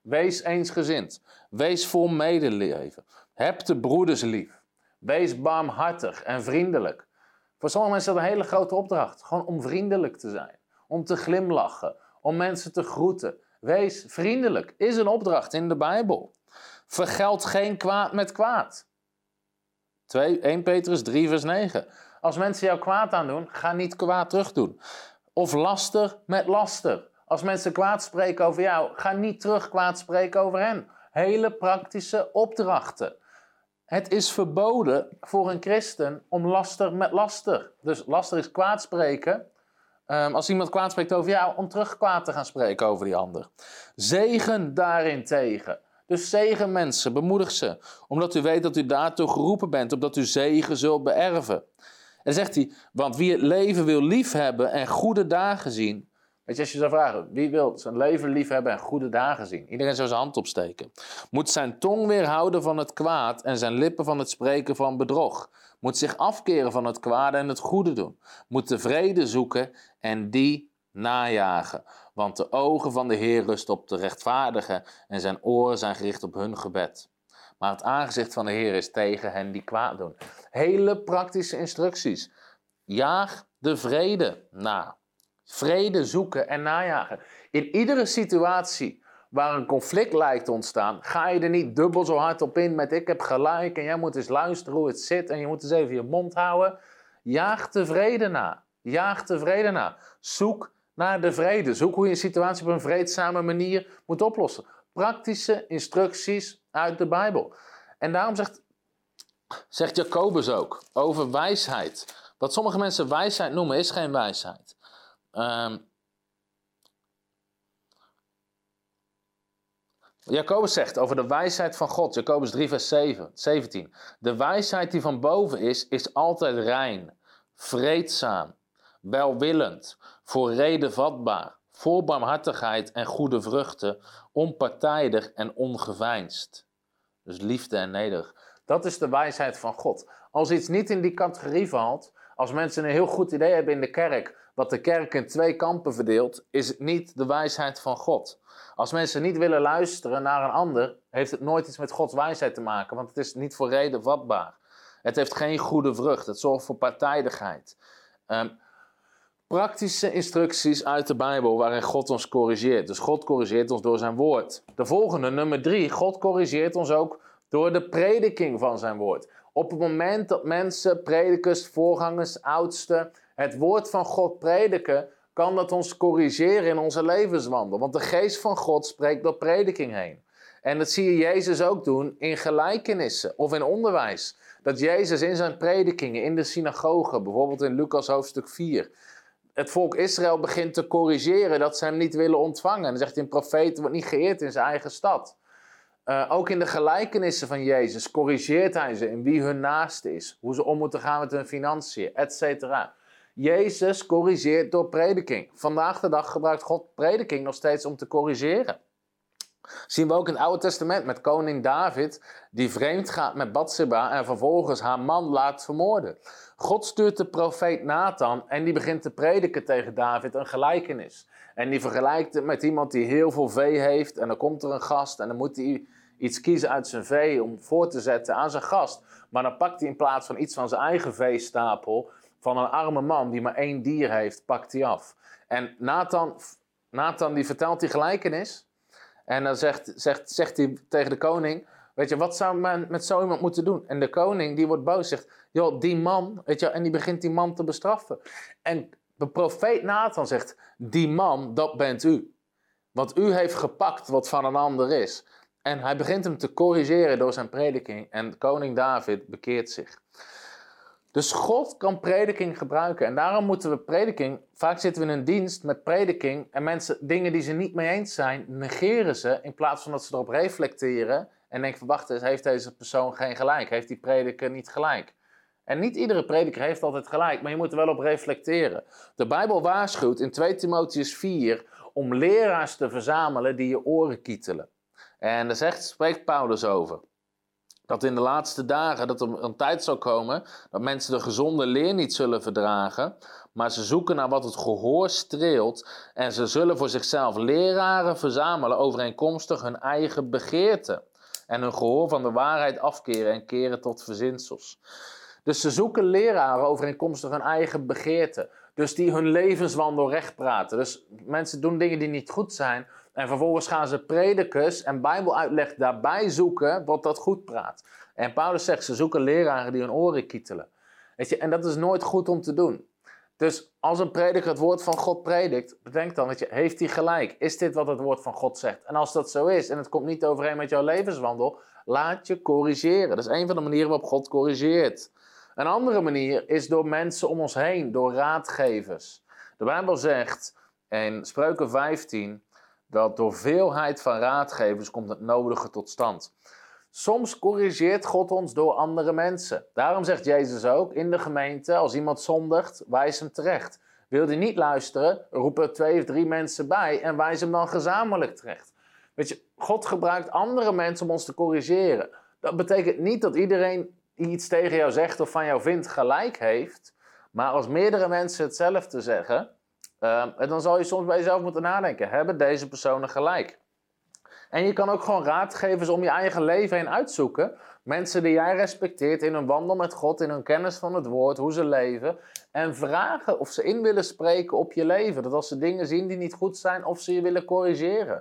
Wees eensgezind. Wees vol medeleven. Heb de broeders lief. Wees barmhartig en vriendelijk. Voor sommige mensen is dat een hele grote opdracht. Gewoon om vriendelijk te zijn. Om te glimlachen. Om mensen te groeten. Wees vriendelijk. Is een opdracht in de Bijbel. Vergeld geen kwaad met kwaad. 1 Petrus 3 vers 9. Als mensen jou kwaad aandoen, ga niet kwaad terugdoen. Of laster met laster. Als mensen kwaad spreken over jou, ga niet terug kwaad spreken over hen. Hele praktische opdrachten. Het is verboden voor een christen om laster met laster. Dus laster is kwaad spreken. Als iemand kwaad spreekt over jou, om terug kwaad te gaan spreken over die ander. Zegen daarentegen. Dus zegen mensen, bemoedig ze. Omdat u weet dat u daartoe geroepen bent, opdat u zegen zult beërven. En dan zegt hij, want wie het leven wil liefhebben en goede dagen zien. Weet je, als je zou vragen, wie wil zijn leven liefhebben en goede dagen zien? Iedereen zou zijn hand opsteken. Moet zijn tong weerhouden van het kwaad en zijn lippen van het spreken van bedrog. Moet zich afkeren van het kwade en het goede doen. Moet de vrede zoeken en die najagen. Want de ogen van de Heer rusten op de rechtvaardigen en zijn oren zijn gericht op hun gebed. Maar het aangezicht van de Heer is tegen hen die kwaad doen. Hele praktische instructies. Jaag de vrede na. Vrede zoeken en najagen. In iedere situatie waar een conflict lijkt te ontstaan, ga je er niet dubbel zo hard op in met ik heb gelijk en jij moet eens luisteren hoe het zit en je moet eens even je mond houden. Jaag de vrede na. Jaag de vrede na. Zoek naar de vrede. Zoek hoe je een situatie op een vreedzame manier moet oplossen. Praktische instructies uit de Bijbel. En daarom zegt Jacobus ook over wijsheid. Wat sommige mensen wijsheid noemen is geen wijsheid. Jacobus zegt over de wijsheid van God, Jacobus 3 vers 17. De wijsheid die van boven is altijd rein, vreedzaam, welwillend, voor reden vatbaar, vol barmhartigheid en goede vruchten, onpartijdig en ongeveinsd. Dus liefde en nederig. Dat is de wijsheid van God. Als iets niet in die categorie valt, als mensen een heel goed idee hebben in de kerk, wat de kerk in 2 kampen verdeelt, is het niet de wijsheid van God. Als mensen niet willen luisteren naar een ander, heeft het nooit iets met Gods wijsheid te maken, want het is niet voor reden vatbaar. Het heeft geen goede vrucht, het zorgt voor partijdigheid. Praktische instructies uit de Bijbel waarin God ons corrigeert. Dus God corrigeert ons door zijn woord. De volgende, nummer 3, God corrigeert ons ook door de prediking van zijn woord. Op het moment dat mensen, predikers, voorgangers, oudsten, het woord van God prediken, kan dat ons corrigeren in onze levenswandel. Want de geest van God spreekt door prediking heen. En dat zie je Jezus ook doen in gelijkenissen of in onderwijs. Dat Jezus in zijn predikingen, in de synagoge, bijvoorbeeld in Lucas hoofdstuk 4... het volk Israël begint te corrigeren dat ze hem niet willen ontvangen. En dan zegt hij, een profeet wordt niet geëerd in zijn eigen stad. Ook in de gelijkenissen van Jezus corrigeert hij ze in wie hun naaste is. Hoe ze om moeten gaan met hun financiën, etc. Jezus corrigeert door prediking. Vandaag de dag gebruikt God prediking nog steeds om te corrigeren. Zien we ook in het Oude Testament met koning David, die vreemd gaat met Batseba en vervolgens haar man laat vermoorden. God stuurt de profeet Nathan en die begint te prediken tegen David een gelijkenis. En die vergelijkt het met iemand die heel veel vee heeft en dan komt er een gast en dan moet hij iets kiezen uit zijn vee om voor te zetten aan zijn gast. Maar dan pakt hij in plaats van iets van zijn eigen veestapel, van een arme man die maar 1 dier heeft, pakt hij af. En Nathan die vertelt die gelijkenis. En dan zegt hij tegen de koning, weet je, wat zou men met zo iemand moeten doen? En de koning, die wordt boos, zegt, joh, die man, weet je, en die begint die man te bestraffen. En de profeet Nathan zegt, die man, dat bent u. Want u heeft gepakt wat van een ander is. En hij begint hem te corrigeren door zijn prediking. En koning David bekeert zich. Dus God kan prediking gebruiken. En daarom moeten we prediking... Vaak zitten we in een dienst met prediking. En mensen, dingen die ze niet mee eens zijn, negeren ze. In plaats van dat ze erop reflecteren. En denken van, wacht eens, heeft deze persoon geen gelijk? Heeft die prediker niet gelijk? En niet iedere prediker heeft altijd gelijk. Maar je moet er wel op reflecteren. De Bijbel waarschuwt in 2 Timotheüs 4... om leraars te verzamelen die je oren kietelen. En daar spreekt Paulus over. dat in de laatste dagen dat er een tijd zal komen dat mensen de gezonde leer niet zullen verdragen, maar ze zoeken naar wat het gehoor streelt en ze zullen voor zichzelf leraren verzamelen overeenkomstig hun eigen begeerte en hun gehoor van de waarheid afkeren en keren tot verzinsels. Dus ze zoeken leraren overeenkomstig hun eigen begeerte. Dus die hun levenswandel recht praten. Dus mensen doen dingen die niet goed zijn. En vervolgens gaan ze predikers en bijbeluitleg daarbij zoeken wat dat goed praat. En Paulus zegt, ze zoeken leraren die hun oren kietelen. Weet je, en dat is nooit goed om te doen. Dus als een prediker het woord van God predikt, bedenk dan, weet je, heeft hij gelijk? Is dit wat het woord van God zegt? En als dat zo is en het komt niet overeen met jouw levenswandel, laat je corrigeren. Dat is een van de manieren waarop God corrigeert. Een andere manier is door mensen om ons heen, door raadgevers. De Bijbel zegt in Spreuken 15 dat door veelheid van raadgevers komt het nodige tot stand. Soms corrigeert God ons door andere mensen. Daarom zegt Jezus ook in de gemeente, als iemand zondigt, wijs hem terecht. Wil hij niet luisteren, roep er 2 of 3 mensen bij en wijs hem dan gezamenlijk terecht. Weet je, God gebruikt andere mensen om ons te corrigeren. Dat betekent niet dat iedereen die iets tegen jou zegt of van jou vindt gelijk heeft. Maar als meerdere mensen hetzelfde zeggen, dan zal je soms bij jezelf moeten nadenken. Hebben deze personen gelijk? En je kan ook gewoon raadgevers om je eigen leven heen uitzoeken. Mensen die jij respecteert in hun wandel met God, in hun kennis van het woord, hoe ze leven. En vragen of ze in willen spreken op je leven. Dat als ze dingen zien die niet goed zijn, of ze je willen corrigeren.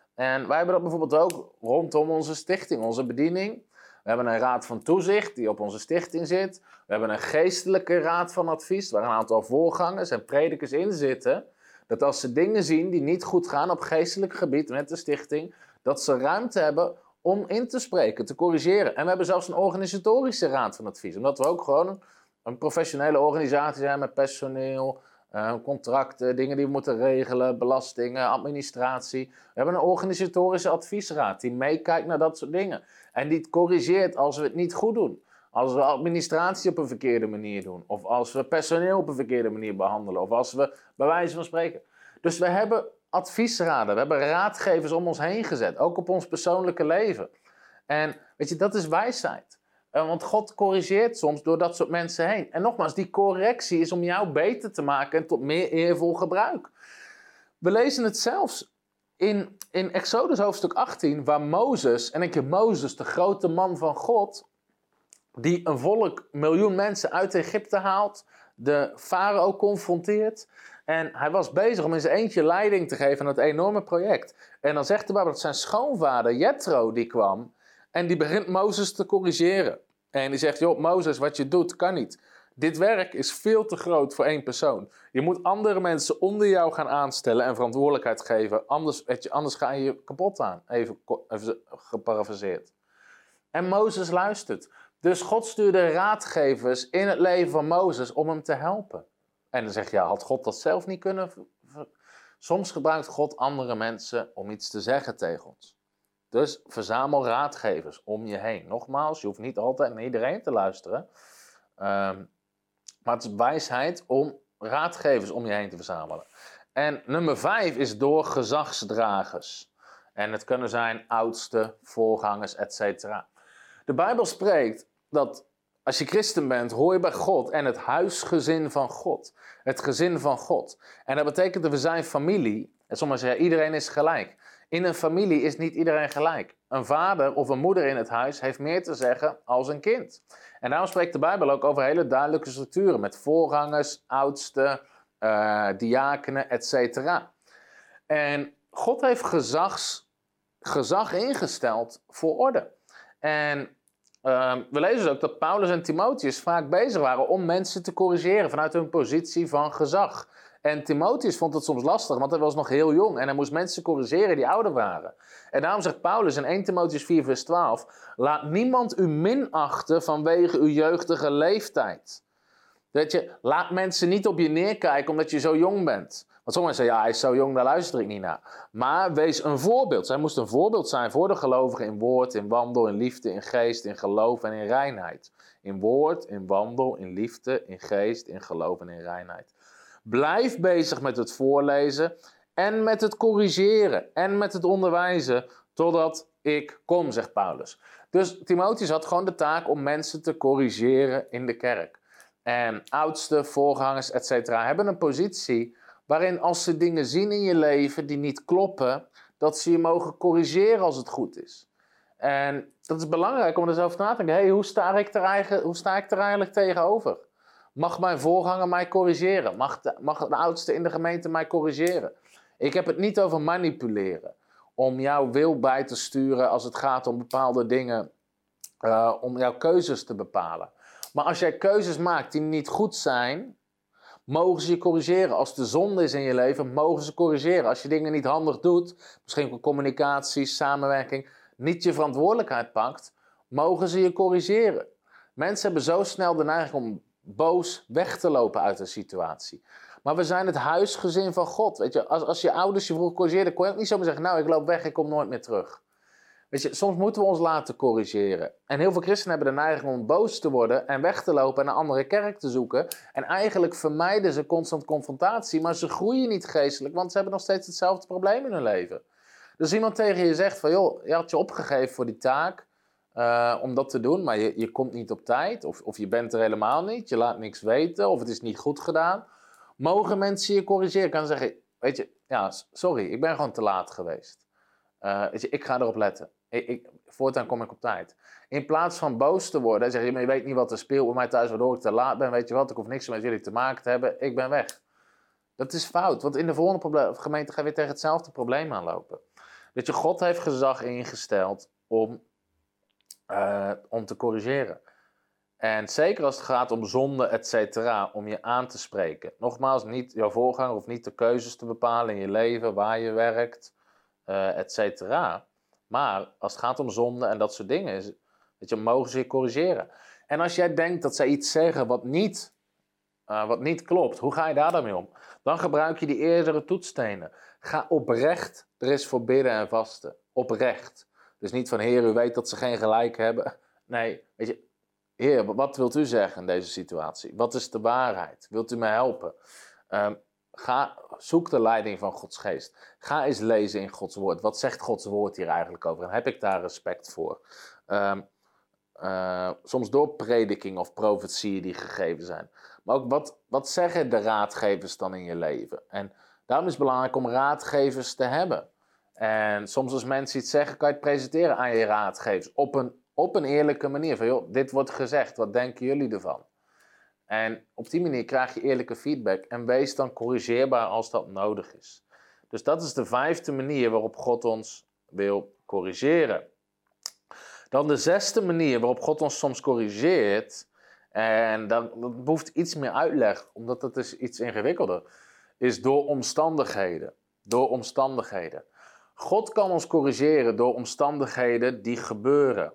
En wij hebben dat bijvoorbeeld ook rondom onze stichting, onze bediening. We hebben een raad van toezicht die op onze stichting zit. We hebben een geestelijke raad van advies, waar een aantal voorgangers en predikers in zitten. Dat als ze dingen zien die niet goed gaan op geestelijk gebied met de stichting, dat ze ruimte hebben om in te spreken, te corrigeren. En we hebben zelfs een organisatorische raad van advies. Omdat we ook gewoon een professionele organisatie zijn met personeel, contracten, dingen die we moeten regelen, belastingen, administratie. We hebben een organisatorische adviesraad die meekijkt naar dat soort dingen. En die corrigeert als we het niet goed doen. Als we administratie op een verkeerde manier doen. Of als we personeel op een verkeerde manier behandelen. Of als we bij wijze van spreken. Dus we hebben adviesraden. We hebben raadgevers om ons heen gezet. Ook op ons persoonlijke leven. En weet je, dat is wijsheid. Want God corrigeert soms door dat soort mensen heen. En nogmaals, die correctie is om jou beter te maken en tot meer eervol gebruik. We lezen het zelfs in Exodus hoofdstuk 18, waar Mozes, en ik heb Mozes, de grote man van God, die een volk, 1 miljoen mensen uit Egypte haalt, de farao confronteert. En hij was bezig om in zijn eentje leiding te geven aan het enorme project. En dan zegt de Bijbel dat zijn schoonvader, Jethro, die kwam. En die begint Mozes te corrigeren. En die zegt, joh, Mozes, wat je doet, kan niet. Dit werk is veel te groot voor 1 persoon. Je moet andere mensen onder jou gaan aanstellen en verantwoordelijkheid geven. Anders ga je je kapot aan. Even geparafraseerd. En Mozes luistert. Dus God stuurde raadgevers in het leven van Mozes om hem te helpen. En dan zeg je, had God dat zelf niet kunnen? Soms gebruikt God andere mensen om iets te zeggen tegen ons. Dus verzamel raadgevers om je heen. Nogmaals, je hoeft niet altijd naar iedereen te luisteren. Maar het is wijsheid om raadgevers om je heen te verzamelen. En nummer 5 is door gezagsdragers. En het kunnen zijn oudsten, voorgangers, etc. De Bijbel spreekt dat als je christen bent, hoor je bij God en het huisgezin van God. Het gezin van God. En dat betekent dat we zijn familie. En sommigen zeggen, iedereen is gelijk. In een familie is niet iedereen gelijk. Een vader of een moeder in het huis heeft meer te zeggen als een kind. En daarom spreekt de Bijbel ook over hele duidelijke structuren. Met voorgangers, oudsten, diakenen, etc. En God heeft gezag ingesteld voor orde. En we lezen dus ook dat Paulus en Timotheus vaak bezig waren om mensen te corrigeren vanuit hun positie van gezag. En Timotheus vond het soms lastig, want hij was nog heel jong en hij moest mensen corrigeren die ouder waren. En daarom zegt Paulus in 1 Timotheus 4 vers 12, laat niemand u minachten vanwege uw jeugdige leeftijd. Weet je, laat mensen niet op je neerkijken omdat je zo jong bent. Want sommigen zeggen, ja, hij is zo jong, daar luister ik niet naar. Maar wees een voorbeeld. Zij moest een voorbeeld zijn voor de gelovigen in woord, in wandel, in liefde, in geest, in geloof en in reinheid. In woord, in wandel, in liefde, in geest, in geloof en in reinheid. Blijf bezig met het voorlezen en met het corrigeren en met het onderwijzen, totdat ik kom, zegt Paulus. Dus Timotheus had gewoon de taak om mensen te corrigeren in de kerk. En oudsten, voorgangers, etc. hebben een positie waarin als ze dingen zien in je leven die niet kloppen, dat ze je mogen corrigeren als het goed is. En dat is belangrijk om er eens over na te denken. Hey, hoe sta ik er eigenlijk tegenover? Mag mijn voorganger mij corrigeren? Mag de oudste in de gemeente mij corrigeren? Ik heb het niet over manipuleren. Om jouw wil bij te sturen als het gaat om bepaalde dingen. Om jouw keuzes te bepalen. Maar als jij keuzes maakt die niet goed zijn, mogen ze je corrigeren. Als de zonde is in je leven, mogen ze corrigeren. Als je dingen niet handig doet, misschien voor communicatie, samenwerking, niet je verantwoordelijkheid pakt, mogen ze je corrigeren. Mensen hebben zo snel de neiging om boos weg te lopen uit een situatie. Maar we zijn het huisgezin van God. Weet je, als je ouders je vroeger corrigeerden, kon je ook niet zomaar zeggen, nou, ik loop weg, ik kom nooit meer terug. Weet je, soms moeten we ons laten corrigeren. En heel veel christenen hebben de neiging om boos te worden en weg te lopen en een andere kerk te zoeken. En eigenlijk vermijden ze constant confrontatie, maar ze groeien niet geestelijk, want ze hebben nog steeds hetzelfde probleem in hun leven. Dus iemand tegen je zegt van, joh, je had je opgegeven voor die taak om dat te doen, maar je komt niet op tijd, of je bent er helemaal niet, je laat niks weten, of het is niet goed gedaan. Mogen mensen je corrigeren? Ik kan zeggen, weet je, ja, sorry, ik ben gewoon te laat geweest. Weet je, ik ga erop letten. Voortaan kom ik op tijd. In plaats van boos te worden en zeggen, maar je weet niet wat er speelt bij mij thuis, waardoor ik te laat ben, weet je wat, ik hoef niks met jullie te maken te hebben, ik ben weg. Dat is fout, want in de volgende gemeente ga je weer tegen hetzelfde probleem aanlopen. Weet je, God heeft gezag ingesteld om te corrigeren. En zeker als het gaat om zonde, et cetera, om je aan te spreken. Nogmaals, niet jouw voorganger of niet de keuzes te bepalen in je leven, waar je werkt, et cetera. Maar als het gaat om zonde en dat soort dingen, weet je, mogen ze je corrigeren. En als jij denkt dat zij iets zeggen wat niet klopt, hoe ga je daar dan mee om? Dan gebruik je die eerdere toetsstenen. Ga oprecht, er is voor bidden en vasten. Oprecht. Dus niet van, Heer, u weet dat ze geen gelijk hebben. Nee, weet je, Heer, wat wilt u zeggen in deze situatie? Wat is de waarheid? Wilt u me helpen? Zoek de leiding van Gods geest. Ga eens lezen in Gods woord. Wat zegt Gods woord hier eigenlijk over? En heb ik daar respect voor? Soms door prediking of profetieën die gegeven zijn. Maar ook wat zeggen de raadgevers dan in je leven? En daarom is het belangrijk om raadgevers te hebben. En soms als mensen iets zeggen, kan je het presenteren aan je raadgevers. Op een eerlijke manier. Van, joh, dit wordt gezegd, wat denken jullie ervan? En op die manier krijg je eerlijke feedback. En wees dan corrigeerbaar als dat nodig is. Dus dat is de 5e manier waarop God ons wil corrigeren. Dan de 6e manier waarop God ons soms corrigeert. En dat behoeft iets meer uitleg, omdat dat is iets ingewikkelder. Is door omstandigheden. Door omstandigheden. God kan ons corrigeren door omstandigheden die gebeuren.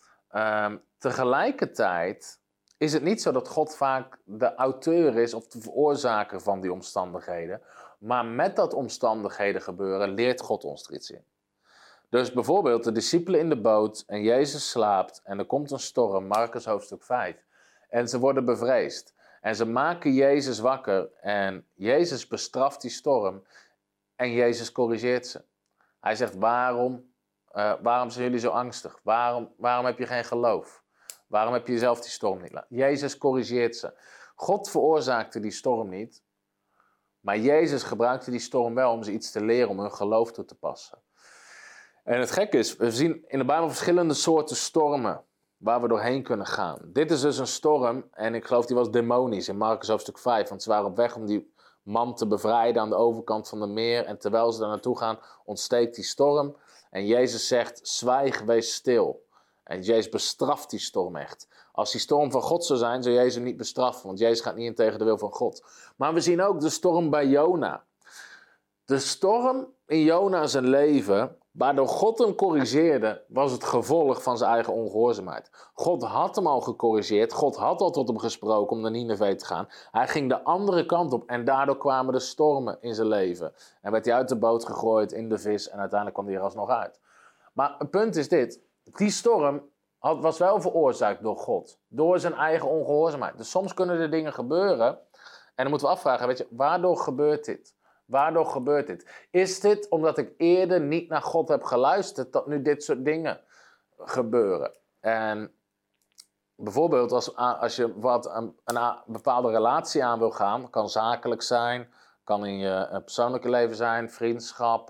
Tegelijkertijd is het niet zo dat God vaak de auteur is of de veroorzaker van die omstandigheden. Maar met dat omstandigheden gebeuren, leert God ons er iets in. Dus bijvoorbeeld de discipelen in de boot en Jezus slaapt en er komt een storm, Marcus hoofdstuk 5. En ze worden bevreesd. En ze maken Jezus wakker en Jezus bestraft die storm en Jezus corrigeert ze. Hij zegt, waarom zijn jullie zo angstig? Waarom heb je geen geloof? Waarom heb je zelf die storm niet laten? Jezus corrigeert ze. God veroorzaakte die storm niet. Maar Jezus gebruikte die storm wel om ze iets te leren, om hun geloof toe te passen. En het gekke is, we zien in de Bijbel verschillende soorten stormen waar we doorheen kunnen gaan. Dit is dus een storm en ik geloof die was demonisch in Marcus hoofdstuk 5. Want ze waren op weg om die man te bevrijden aan de overkant van het meer. En terwijl ze daar naartoe gaan, ontsteekt die storm. En Jezus zegt, zwijg, wees stil. En Jezus bestraft die storm echt. Als die storm van God zou zijn, zou Jezus hem niet bestraffen. Want Jezus gaat niet in tegen de wil van God. Maar we zien ook de storm bij Jona. De storm in Jona zijn leven, waardoor God hem corrigeerde, was het gevolg van zijn eigen ongehoorzaamheid. God had hem al gecorrigeerd. God had al tot hem gesproken om naar Nineve te gaan. Hij ging de andere kant op en daardoor kwamen de stormen in zijn leven. En werd hij uit de boot gegooid in de vis en uiteindelijk kwam hij er alsnog uit. Maar het punt is dit. Die storm was wel veroorzaakt door God. Door zijn eigen ongehoorzaamheid. Dus soms kunnen er dingen gebeuren. En dan moeten we afvragen, weet je, waardoor gebeurt dit? Waardoor gebeurt dit? Is dit omdat ik eerder niet naar God heb geluisterd dat nu dit soort dingen gebeuren? En bijvoorbeeld als je een bepaalde relatie aan wil gaan, kan zakelijk zijn, kan in je persoonlijke leven zijn, vriendschap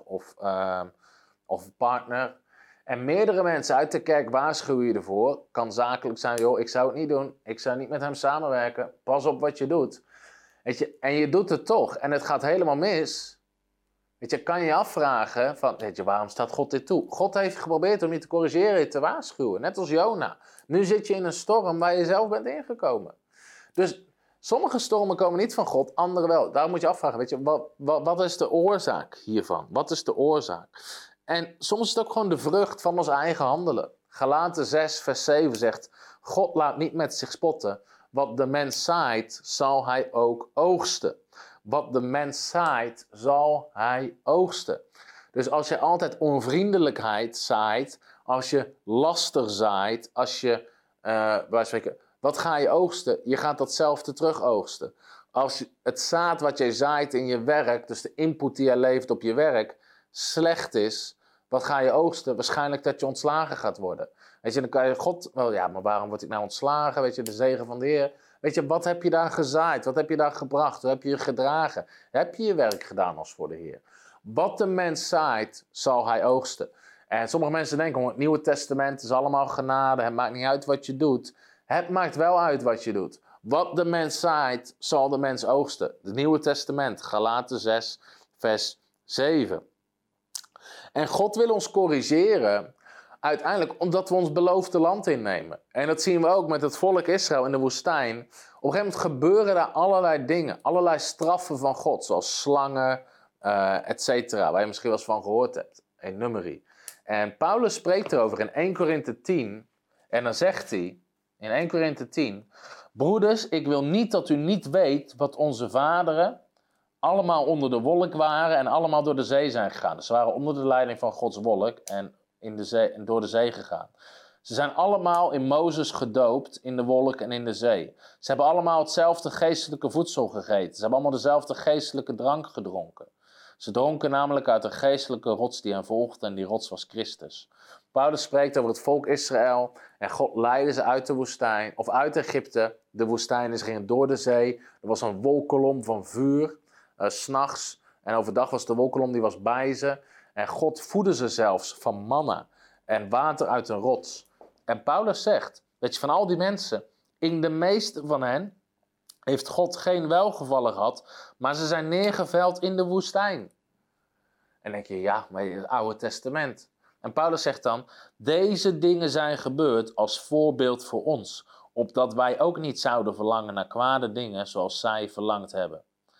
of partner. En meerdere mensen uit de kerk waarschuwen je ervoor. Kan zakelijk zijn, joh, ik zou het niet doen. Ik zou niet met hem samenwerken. Pas op wat je doet. Weet je, en je doet het toch. En het gaat helemaal mis. Weet je, kan je afvragen van, weet je, waarom staat God dit toe? God heeft geprobeerd om je te corrigeren, je te waarschuwen. Net als Jona. Nu zit je in een storm waar je zelf bent ingekomen. Dus sommige stormen komen niet van God, andere wel. Daarom moet je afvragen, weet je, wat is de oorzaak hiervan? Wat is de oorzaak? En soms is het ook gewoon de vrucht van ons eigen handelen. Galaten 6 vers 7 zegt, God laat niet met zich spotten. Wat de mens zaait, zal hij ook oogsten. Wat de mens zaait, zal hij oogsten. Dus als je altijd onvriendelijkheid zaait, als je laster zaait, als je, wat ga je oogsten? Je gaat datzelfde terug oogsten. Als het zaad wat jij zaait in je werk, dus de input die je levert op je werk, slecht is, wat ga je oogsten? Waarschijnlijk dat je ontslagen gaat worden. Weet je, dan kan je God, wel ja, maar waarom word ik nou ontslagen? Weet je, de zegen van de Heer. Weet je, wat heb je daar gezaaid? Wat heb je daar gebracht? Hoe heb je je gedragen? Heb je je werk gedaan als voor de Heer? Wat de mens zaait, zal hij oogsten. En sommige mensen denken, het Nieuwe Testament is allemaal genade. Het maakt niet uit wat je doet. Het maakt wel uit wat je doet. Wat de mens zaait, zal de mens oogsten. Het Nieuwe Testament, Galaten 6, vers 7. En God wil ons corrigeren, uiteindelijk omdat we ons beloofde land innemen. En dat zien we ook met het volk Israël in de woestijn. Op een gegeven moment gebeuren daar allerlei dingen, allerlei straffen van God, zoals slangen, et cetera, waar je misschien wel eens van gehoord hebt, in Numeri. En Paulus spreekt erover in 1 Korinthe 10, en dan zegt hij, in 1 Korinthe 10, broeders, ik wil niet dat u niet weet wat onze vaderen allemaal onder de wolk waren en allemaal door de zee zijn gegaan. Dus ze waren onder de leiding van Gods wolk en door de zee gegaan. Ze zijn allemaal in Mozes gedoopt in de wolk en in de zee. Ze hebben allemaal hetzelfde geestelijke voedsel gegeten. Ze hebben allemaal dezelfde geestelijke drank gedronken. Ze dronken namelijk uit een geestelijke rots die hen volgde en die rots was Christus. Paulus spreekt over het volk Israël en God leidde ze uit de woestijn, of uit Egypte. De woestijn is gingen door de zee. Er was een wolkolom van vuur, 's nachts. En overdag was de wolkolom, die was bij ze. En God voedde ze zelfs van manna en water uit een rots. En Paulus zegt, weet je, van al die mensen, in de meeste van hen heeft God geen welgevallen gehad, maar ze zijn neergeveld in de woestijn. En dan denk je, ja, maar het Oude Testament. En Paulus zegt dan, deze dingen zijn gebeurd als voorbeeld voor ons, opdat wij ook niet zouden verlangen naar kwade dingen zoals zij verlangd hebben.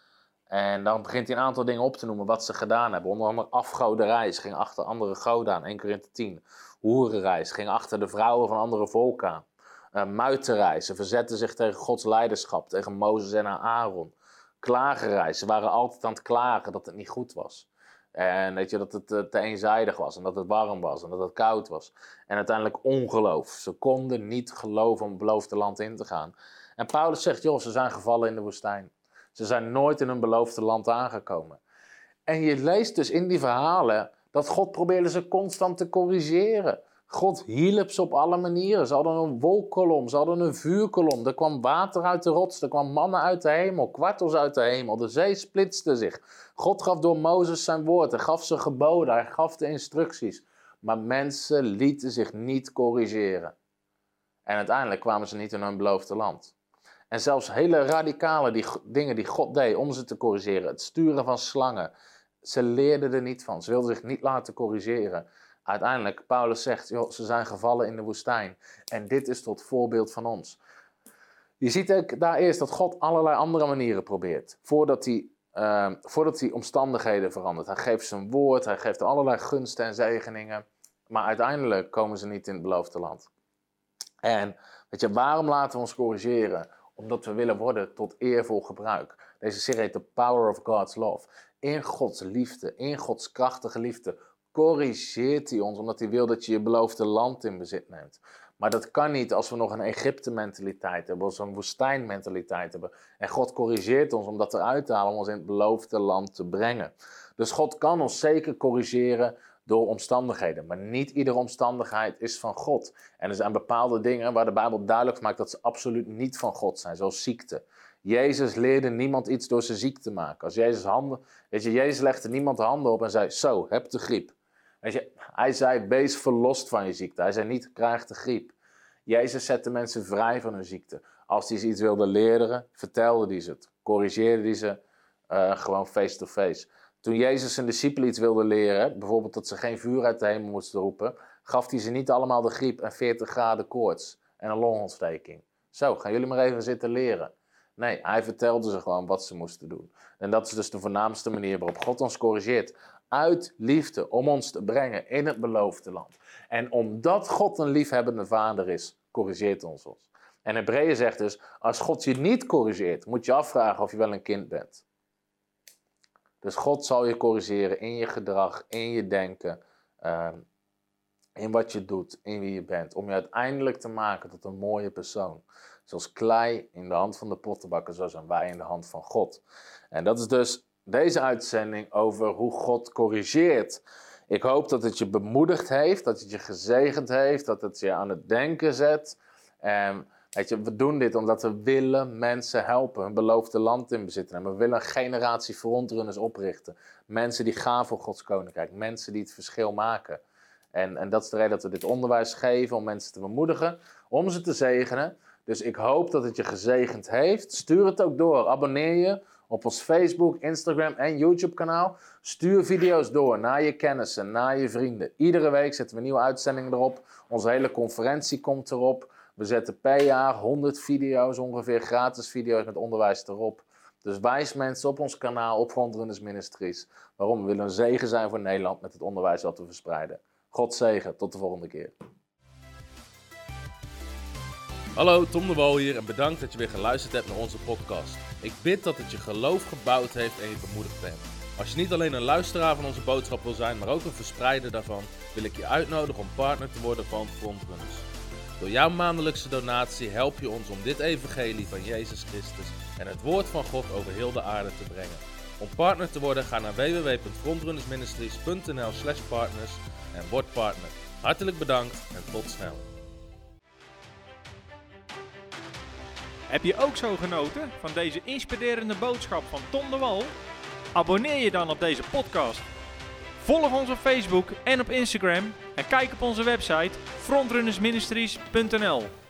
En dan begint hij een aantal dingen op te noemen wat ze gedaan hebben. Onder andere afgoderij, ze gingen achter andere goden aan, 1 Korinthe 10. Hoerenreis, ze gingen achter de vrouwen van andere volken aan. Muiterij, ze verzetten zich tegen Gods leiderschap, tegen Mozes en Aaron. Klagerij, ze waren altijd aan het klagen dat het niet goed was. En weet je, dat het te eenzijdig was en dat het warm was en dat het koud was. En uiteindelijk ongeloof. Ze konden niet geloven om het beloofde land in te gaan. En Paulus zegt, joh, ze zijn gevallen in de woestijn. Ze zijn nooit in hun beloofde land aangekomen. En je leest dus in die verhalen dat God probeerde ze constant te corrigeren. God hielp ze op alle manieren. Ze hadden een wolkkolom, ze hadden een vuurkolom. Er kwam water uit de rots, er kwam manna uit de hemel, kwartels uit de hemel. De zee splitste zich. God gaf door Mozes zijn woord, hij gaf ze geboden, hij gaf de instructies. Maar mensen lieten zich niet corrigeren. En uiteindelijk kwamen ze niet in hun beloofde land. En zelfs hele radicale dingen die God deed om ze te corrigeren. Het sturen van slangen. Ze leerden er niet van. Ze wilden zich niet laten corrigeren. Uiteindelijk, Paulus zegt, joh, ze zijn gevallen in de woestijn. En dit is tot voorbeeld van ons. Je ziet ook daar eerst dat God allerlei andere manieren probeert. Voordat hij omstandigheden verandert. Hij geeft zijn woord, hij geeft allerlei gunsten en zegeningen. Maar uiteindelijk komen ze niet in het beloofde land. En weet je, waarom laten we ons corrigeren? Omdat we willen worden tot eervol gebruik. Deze serie heet The Power of God's Love. In Gods liefde, in Gods krachtige liefde, corrigeert hij ons. Omdat hij wil dat je je beloofde land in bezit neemt. Maar dat kan niet als we nog een Egypte-mentaliteit hebben, als we een woestijnmentaliteit hebben. En God corrigeert ons om dat eruit te halen, om ons in het beloofde land te brengen. Dus God kan ons zeker corrigeren door omstandigheden. Maar niet iedere omstandigheid is van God. En er zijn bepaalde dingen waar de Bijbel duidelijk maakt dat ze absoluut niet van God zijn, zoals ziekte. Jezus leerde niemand iets door ze ziek te maken. Als Jezus legde niemand de handen op en zei, zo, heb de griep. Hij zei, wees verlost van je ziekte. Hij zei niet, krijg de griep. Jezus zette mensen vrij van hun ziekte. Als hij ze iets wilde leren, vertelde hij ze het. Corrigeerde hij ze gewoon face-to-face. Toen Jezus zijn discipelen iets wilde leren, bijvoorbeeld dat ze geen vuur uit de hemel moesten roepen, gaf hij ze niet allemaal de griep en 40 graden koorts en een longontsteking. Zo, gaan jullie maar even zitten leren. Nee, hij vertelde ze gewoon wat ze moesten doen. En dat is dus de voornaamste manier waarop God ons corrigeert. Uit liefde, om ons te brengen in het beloofde land. En omdat God een liefhebbende vader is, corrigeert ons. En Hebreeën zegt dus, als God je niet corrigeert, moet je afvragen of je wel een kind bent. Dus God zal je corrigeren in je gedrag, in je denken, in wat je doet, in wie je bent. Om je uiteindelijk te maken tot een mooie persoon. Zoals klei in de hand van de pottenbakker, zo zijn wij in de hand van God. En dat is dus deze uitzending over hoe God corrigeert. Ik hoop dat het je bemoedigd heeft, dat het je gezegend heeft, dat het je aan het denken zet. En weet je, we doen dit omdat we willen mensen helpen, hun beloofde land in bezit nemen. We willen een generatie frontrunners oprichten. Mensen die gaan voor Gods koninkrijk, mensen die het verschil maken. En dat is de reden dat we dit onderwijs geven, om mensen te bemoedigen, om ze te zegenen. Dus ik hoop dat het je gezegend heeft. Stuur het ook door. Abonneer je op ons Facebook, Instagram en YouTube kanaal. Stuur video's door naar je kennissen, naar je vrienden. Iedere week zetten we nieuwe uitzendingen erop. Onze hele conferentie komt erop. We zetten per jaar 100 video's, ongeveer gratis video's met onderwijs erop. Dus wijs mensen op ons kanaal, op Frontrunners Ministries. Waarom? We willen een zegen zijn voor Nederland met het onderwijs dat we verspreiden. God zegen, tot de volgende keer. Hallo, Tom de Wal hier en bedankt dat je weer geluisterd hebt naar onze podcast. Ik bid dat het je geloof gebouwd heeft en je bemoedigd bent. Als je niet alleen een luisteraar van onze boodschap wil zijn, maar ook een verspreider daarvan, wil ik je uitnodigen om partner te worden van Frontrunners. Door jouw maandelijkse donatie help je ons om dit evangelie van Jezus Christus en het woord van God over heel de aarde te brengen. Om partner te worden, ga naar www.frontrunnersministries.nl/partners en word partner. Hartelijk bedankt en tot snel. Heb je ook zo genoten van deze inspirerende boodschap van Tom de Wal? Abonneer je dan op deze podcast. Volg ons op Facebook en op Instagram en kijk op onze website frontrunnersministries.nl.